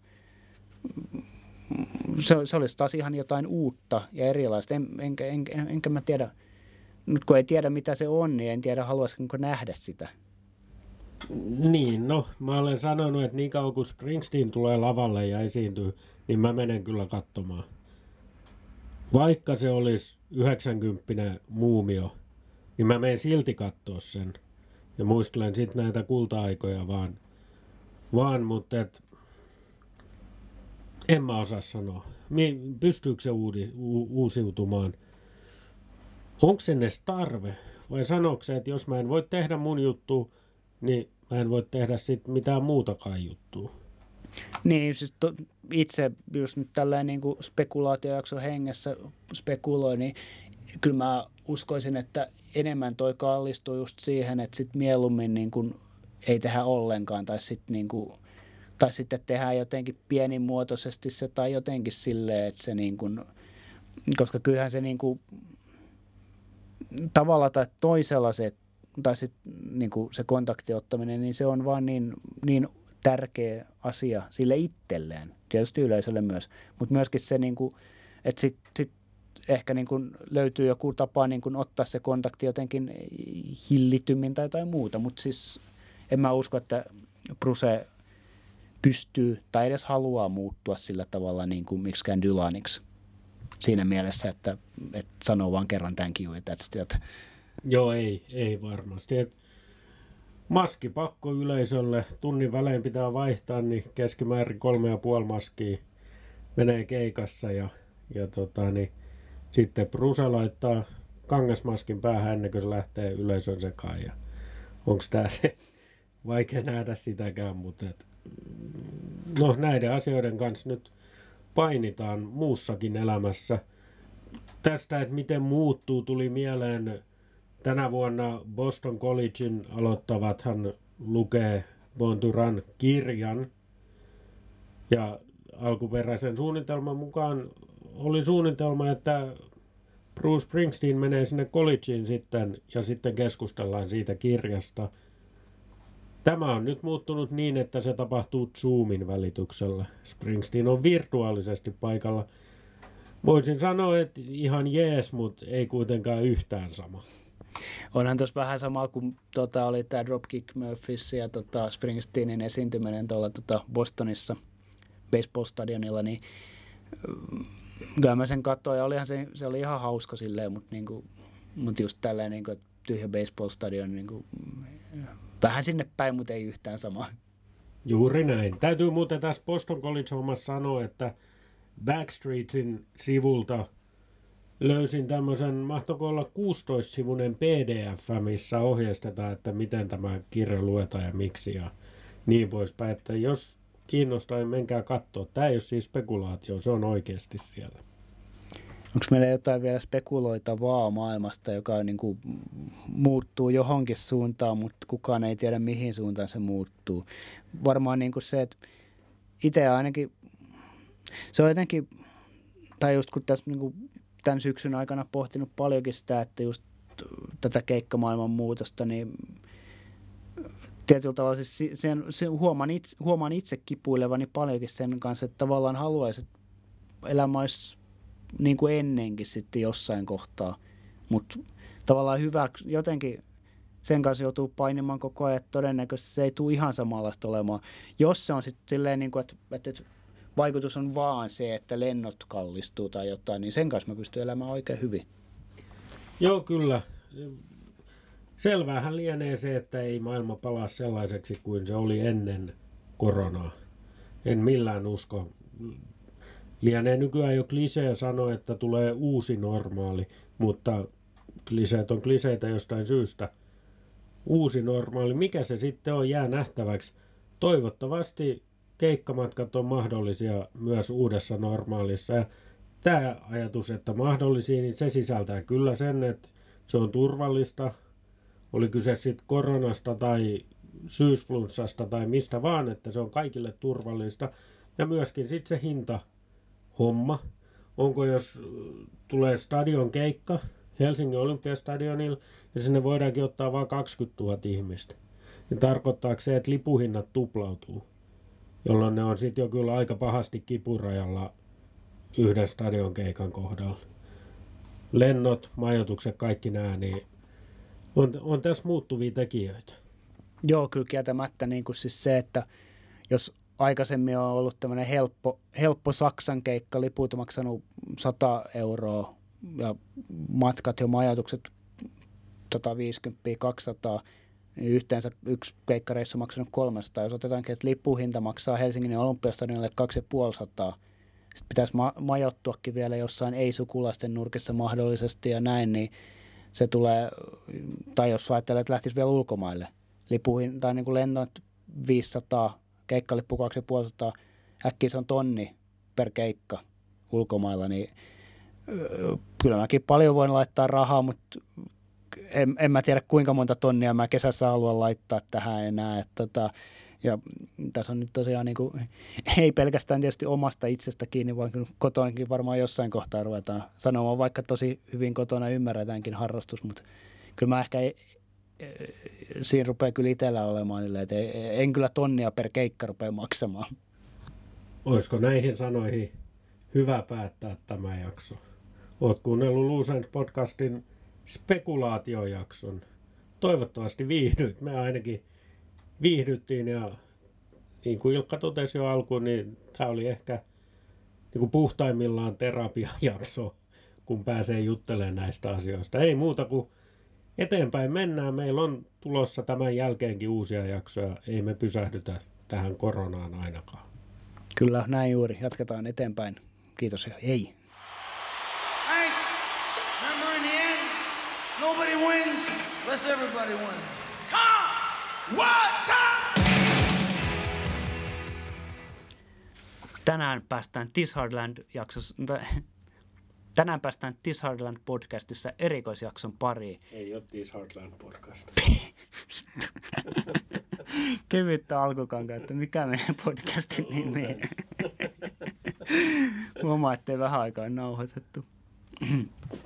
se, se olisi taas ihan jotain uutta ja erilaista. En, enkä, enkä, enkä mä tiedä, nyt kun ei tiedä mitä se on, niin en tiedä haluaisiko nähdä sitä. Niin, no mä olen sanonut, että niin kauan kun Springsteen tulee lavalle ja esiintyy, niin mä menen kyllä katsomaan. Vaikka se olisi yhdeksänkymppinen muumio, niin mä menen silti katsoa sen. Ja muistelen sitten näitä kulta-aikoja vaan, vaan mutta et, en mä osaa sanoa. Pystyykö se uudi, u, uusiutumaan? Onko se edes tarve? Vai sanooko se, että jos mä en voi tehdä mun juttua, niin mä en voi tehdä sitten mitään muutakaan juttua? Niin, siis to, itse just nyt tällainen niin kuin spekulaatiojakson hengessä spekuloin, niin kyllä mä uskoisin, että enemmän toi kallistuu just siihen, että sit mieluummin niin kuin ei tehdä ollenkaan tai sitten niin kuin, tai sitten tehdään jotenkin pienimuotoisesti se tai jotenkin silleen, että se niin kuin, koska kyllähän se niin kuin tavalla tai toisella se, tai sit niin kuin se kontaktiottaminen, niin se on vaan niin, niin tärkeä asia sille itselleen, tietysti yleisölle myös, mutta myöskin se, niin kuin, että sitten sit ehkä niin kuin löytyy joku tapa niin kuin ottaa se kontakti jotenkin hillitymmin tai jotain muuta, mutta siis en mä usko, että Bruce pystyy tai edes haluaa muuttua sillä tavalla niin kuin miksikään Dylaniksi siinä mielessä, että, että sanoo vaan kerran thank you, että that's Joo, ei, ei varmasti. Et maskipakko yleisölle, tunnin välein pitää vaihtaa, niin keskimäärin kolme ja puoli maskia menee keikassa ja, ja tota, niin, sitten Bruce laittaa kangasmaskin päähän ennen kuin se lähtee yleisön sekaan. Ja onko tämä se vaikea nähdä sitäkään, mutta et, no näiden asioiden kanssa nyt painitaan muussakin elämässä. Tästä, että miten muuttuu, tuli mieleen tänä vuonna Boston Collegein aloittavathan lukee Born to Run -kirjan. Ja alkuperäisen suunnitelman mukaan oli suunnitelma, että Bruce Springsteen menee sinne collegeen sitten ja sitten keskustellaan siitä kirjasta. Tämä on nyt muuttunut niin, että se tapahtuu Zoomin välityksellä. Springsteen on virtuaalisesti paikalla. Voisin sanoa, että ihan jees, mutta ei kuitenkaan yhtään sama. Onhan tuossa vähän sama kuin tota, oli tämä Dropkick Murphys ja tota, Springsteenin esiintyminen tuolla tota, Bostonissa baseball-stadionilla, niin kyllä mä sen katsoin ja olihan se, se oli ihan hauska silleen, mutta niinku, mut just tällainen niinku, tyhjä baseball-stadion, niinku, vähän sinne päin, mutta ei yhtään sama. Juuri näin. Täytyy muuten tässä Boston College-hommassa sanoa, että Backstreetsin sivulta löysin tämmöisen, mahtoiko olla kuusitoista-sivuinen P D F, missä ohjeistetaan, että miten tämä kirja luetaan ja miksi ja niin poispäin. Että jos kiinnostaa, niin menkää katsoa. Tämä ei ole siis spekulaatio, se on oikeasti siellä. Onko meillä jotain vielä spekuloitavaa maailmasta, joka niin kuin muuttuu johonkin suuntaan, mutta kukaan ei tiedä mihin suuntaan se muuttuu. Varmaan niin kuin se, että itse ainakin, se on jotenkin, tai just kun tässä niin kuin tämän syksyn aikana pohtinut paljonkin sitä, että just tätä keikkamaailman muutosta, niin tietyllä tavalla siis sen, sen huomaan, itse, huomaan itse kipuilevani paljonkin sen kanssa, että tavallaan haluaisin, että elämä olisi niin kuin ennenkin sitten jossain kohtaa, mutta tavallaan hyvä, jotenkin sen kanssa joutuu painimaan koko ajan, että todennäköisesti se ei tule ihan samanlaista olemaan. Jos se on sitten silleen, niin kuin, että, että vaikutus on vaan se, että lennot kallistuu tai jotain, niin sen kanssa mä pystyn elämään oikein hyvin. Joo, kyllä. Selväähän lienee se, että ei maailma palaa sellaiseksi kuin se oli ennen koronaa. En millään usko. Lienee nykyään jo klisee sanoa, että tulee uusi normaali, mutta kliseet on kliseitä jostain syystä. Uusi normaali, mikä se sitten on, jää nähtäväksi. Toivottavasti keikkamatkat on mahdollisia myös uudessa normaalissa. Ja tämä ajatus, että mahdollisia, niin se sisältää kyllä sen, että se on turvallista. Oli kyse sitten koronasta tai syysflunssasta tai mistä vaan, että se on kaikille turvallista. Ja myöskin sitten se hinta homma. Onko jos tulee stadion keikka Helsingin Olympiastadionilla ja sinne voidaankin ottaa vain kaksikymmentätuhatta ihmistä. Niin tarkoittaako se, että lipuhinnat tuplautuu, jolloin ne on sitten jo kyllä aika pahasti kipurajalla yhden stadion keikan kohdalla. Lennot, majoitukset, kaikki nämä, niin on, on tässä muuttuvia tekijöitä. Joo, kyllä kieltämättä niin kuin siis se, että jos aikaisemmin on ollut tämmöinen helppo, helppo Saksan keikka, liput on maksanut sata euroa ja matkat ja majoitukset sata viisikymmentä kaksisataa, niin yhteensä yksi keikkareissa on maksanut kolmesataa. Jos otetaankin, että lippuhinta maksaa Helsingin Olympiastadionille kaksisataaviisikymmentä, sitten pitäisi ma- majoittuakin vielä jossain ei-sukulaisten nurkissa mahdollisesti ja näin, niin se tulee, tai jos ajattelee, että lähtisi vielä ulkomaille, lippuhinta tai niin kuin lennot viisisataa, keikkalippu kaksisataaviisikymmentä, äkkiä se on tonni per keikka ulkomailla, niin kyllä mäkin paljon voin laittaa rahaa, mutta en, en mä tiedä kuinka monta tonnia mä kesässä haluan laittaa tähän enää. Että tota, ja tässä on nyt tosiaan niin kuin, ei pelkästään tietysti omasta itsestä kiinni, vaan kotonakin varmaan jossain kohtaa ruvetaan sanomaan, vaikka tosi hyvin kotona ymmärretäänkin harrastus, mutta kyllä mä ehkä ei, siinä rupeaa kyllä itsellä olemaan, että en kyllä tonnia per keikka rupea maksamaan. Olisiko näihin sanoihin hyvä päättää tämä jakso? Olet kuunnellut Loose podcastin spekulaatiojakson. Toivottavasti viihdyt. Me ainakin viihdyttiin ja niin kuin Ilkka totesi jo alkuun, niin tämä oli ehkä niin kuin puhtaimmillaan terapiajakso, kun pääsee juttelemaan näistä asioista. Ei muuta kuin eteenpäin mennään. Meillä on tulossa tämän jälkeenkin uusia jaksoja. Ei me pysähdytä tähän koronaan ainakaan. Kyllä, näin juuri. Jatketaan eteenpäin. Kiitos ja hei. Thanks. Remember in the end, nobody wins unless everybody wins. Come! What time? Tänään päästään This Hardland jaksossa, tänään päästään This Hardland podcastissa erikoisjakson pariin. Ei ole This Hardland podcast. Kevyttä alkukankaa, mikä meidän podcastin nimi on. Huomaa, ettei vähän aikaa nauhoitettu.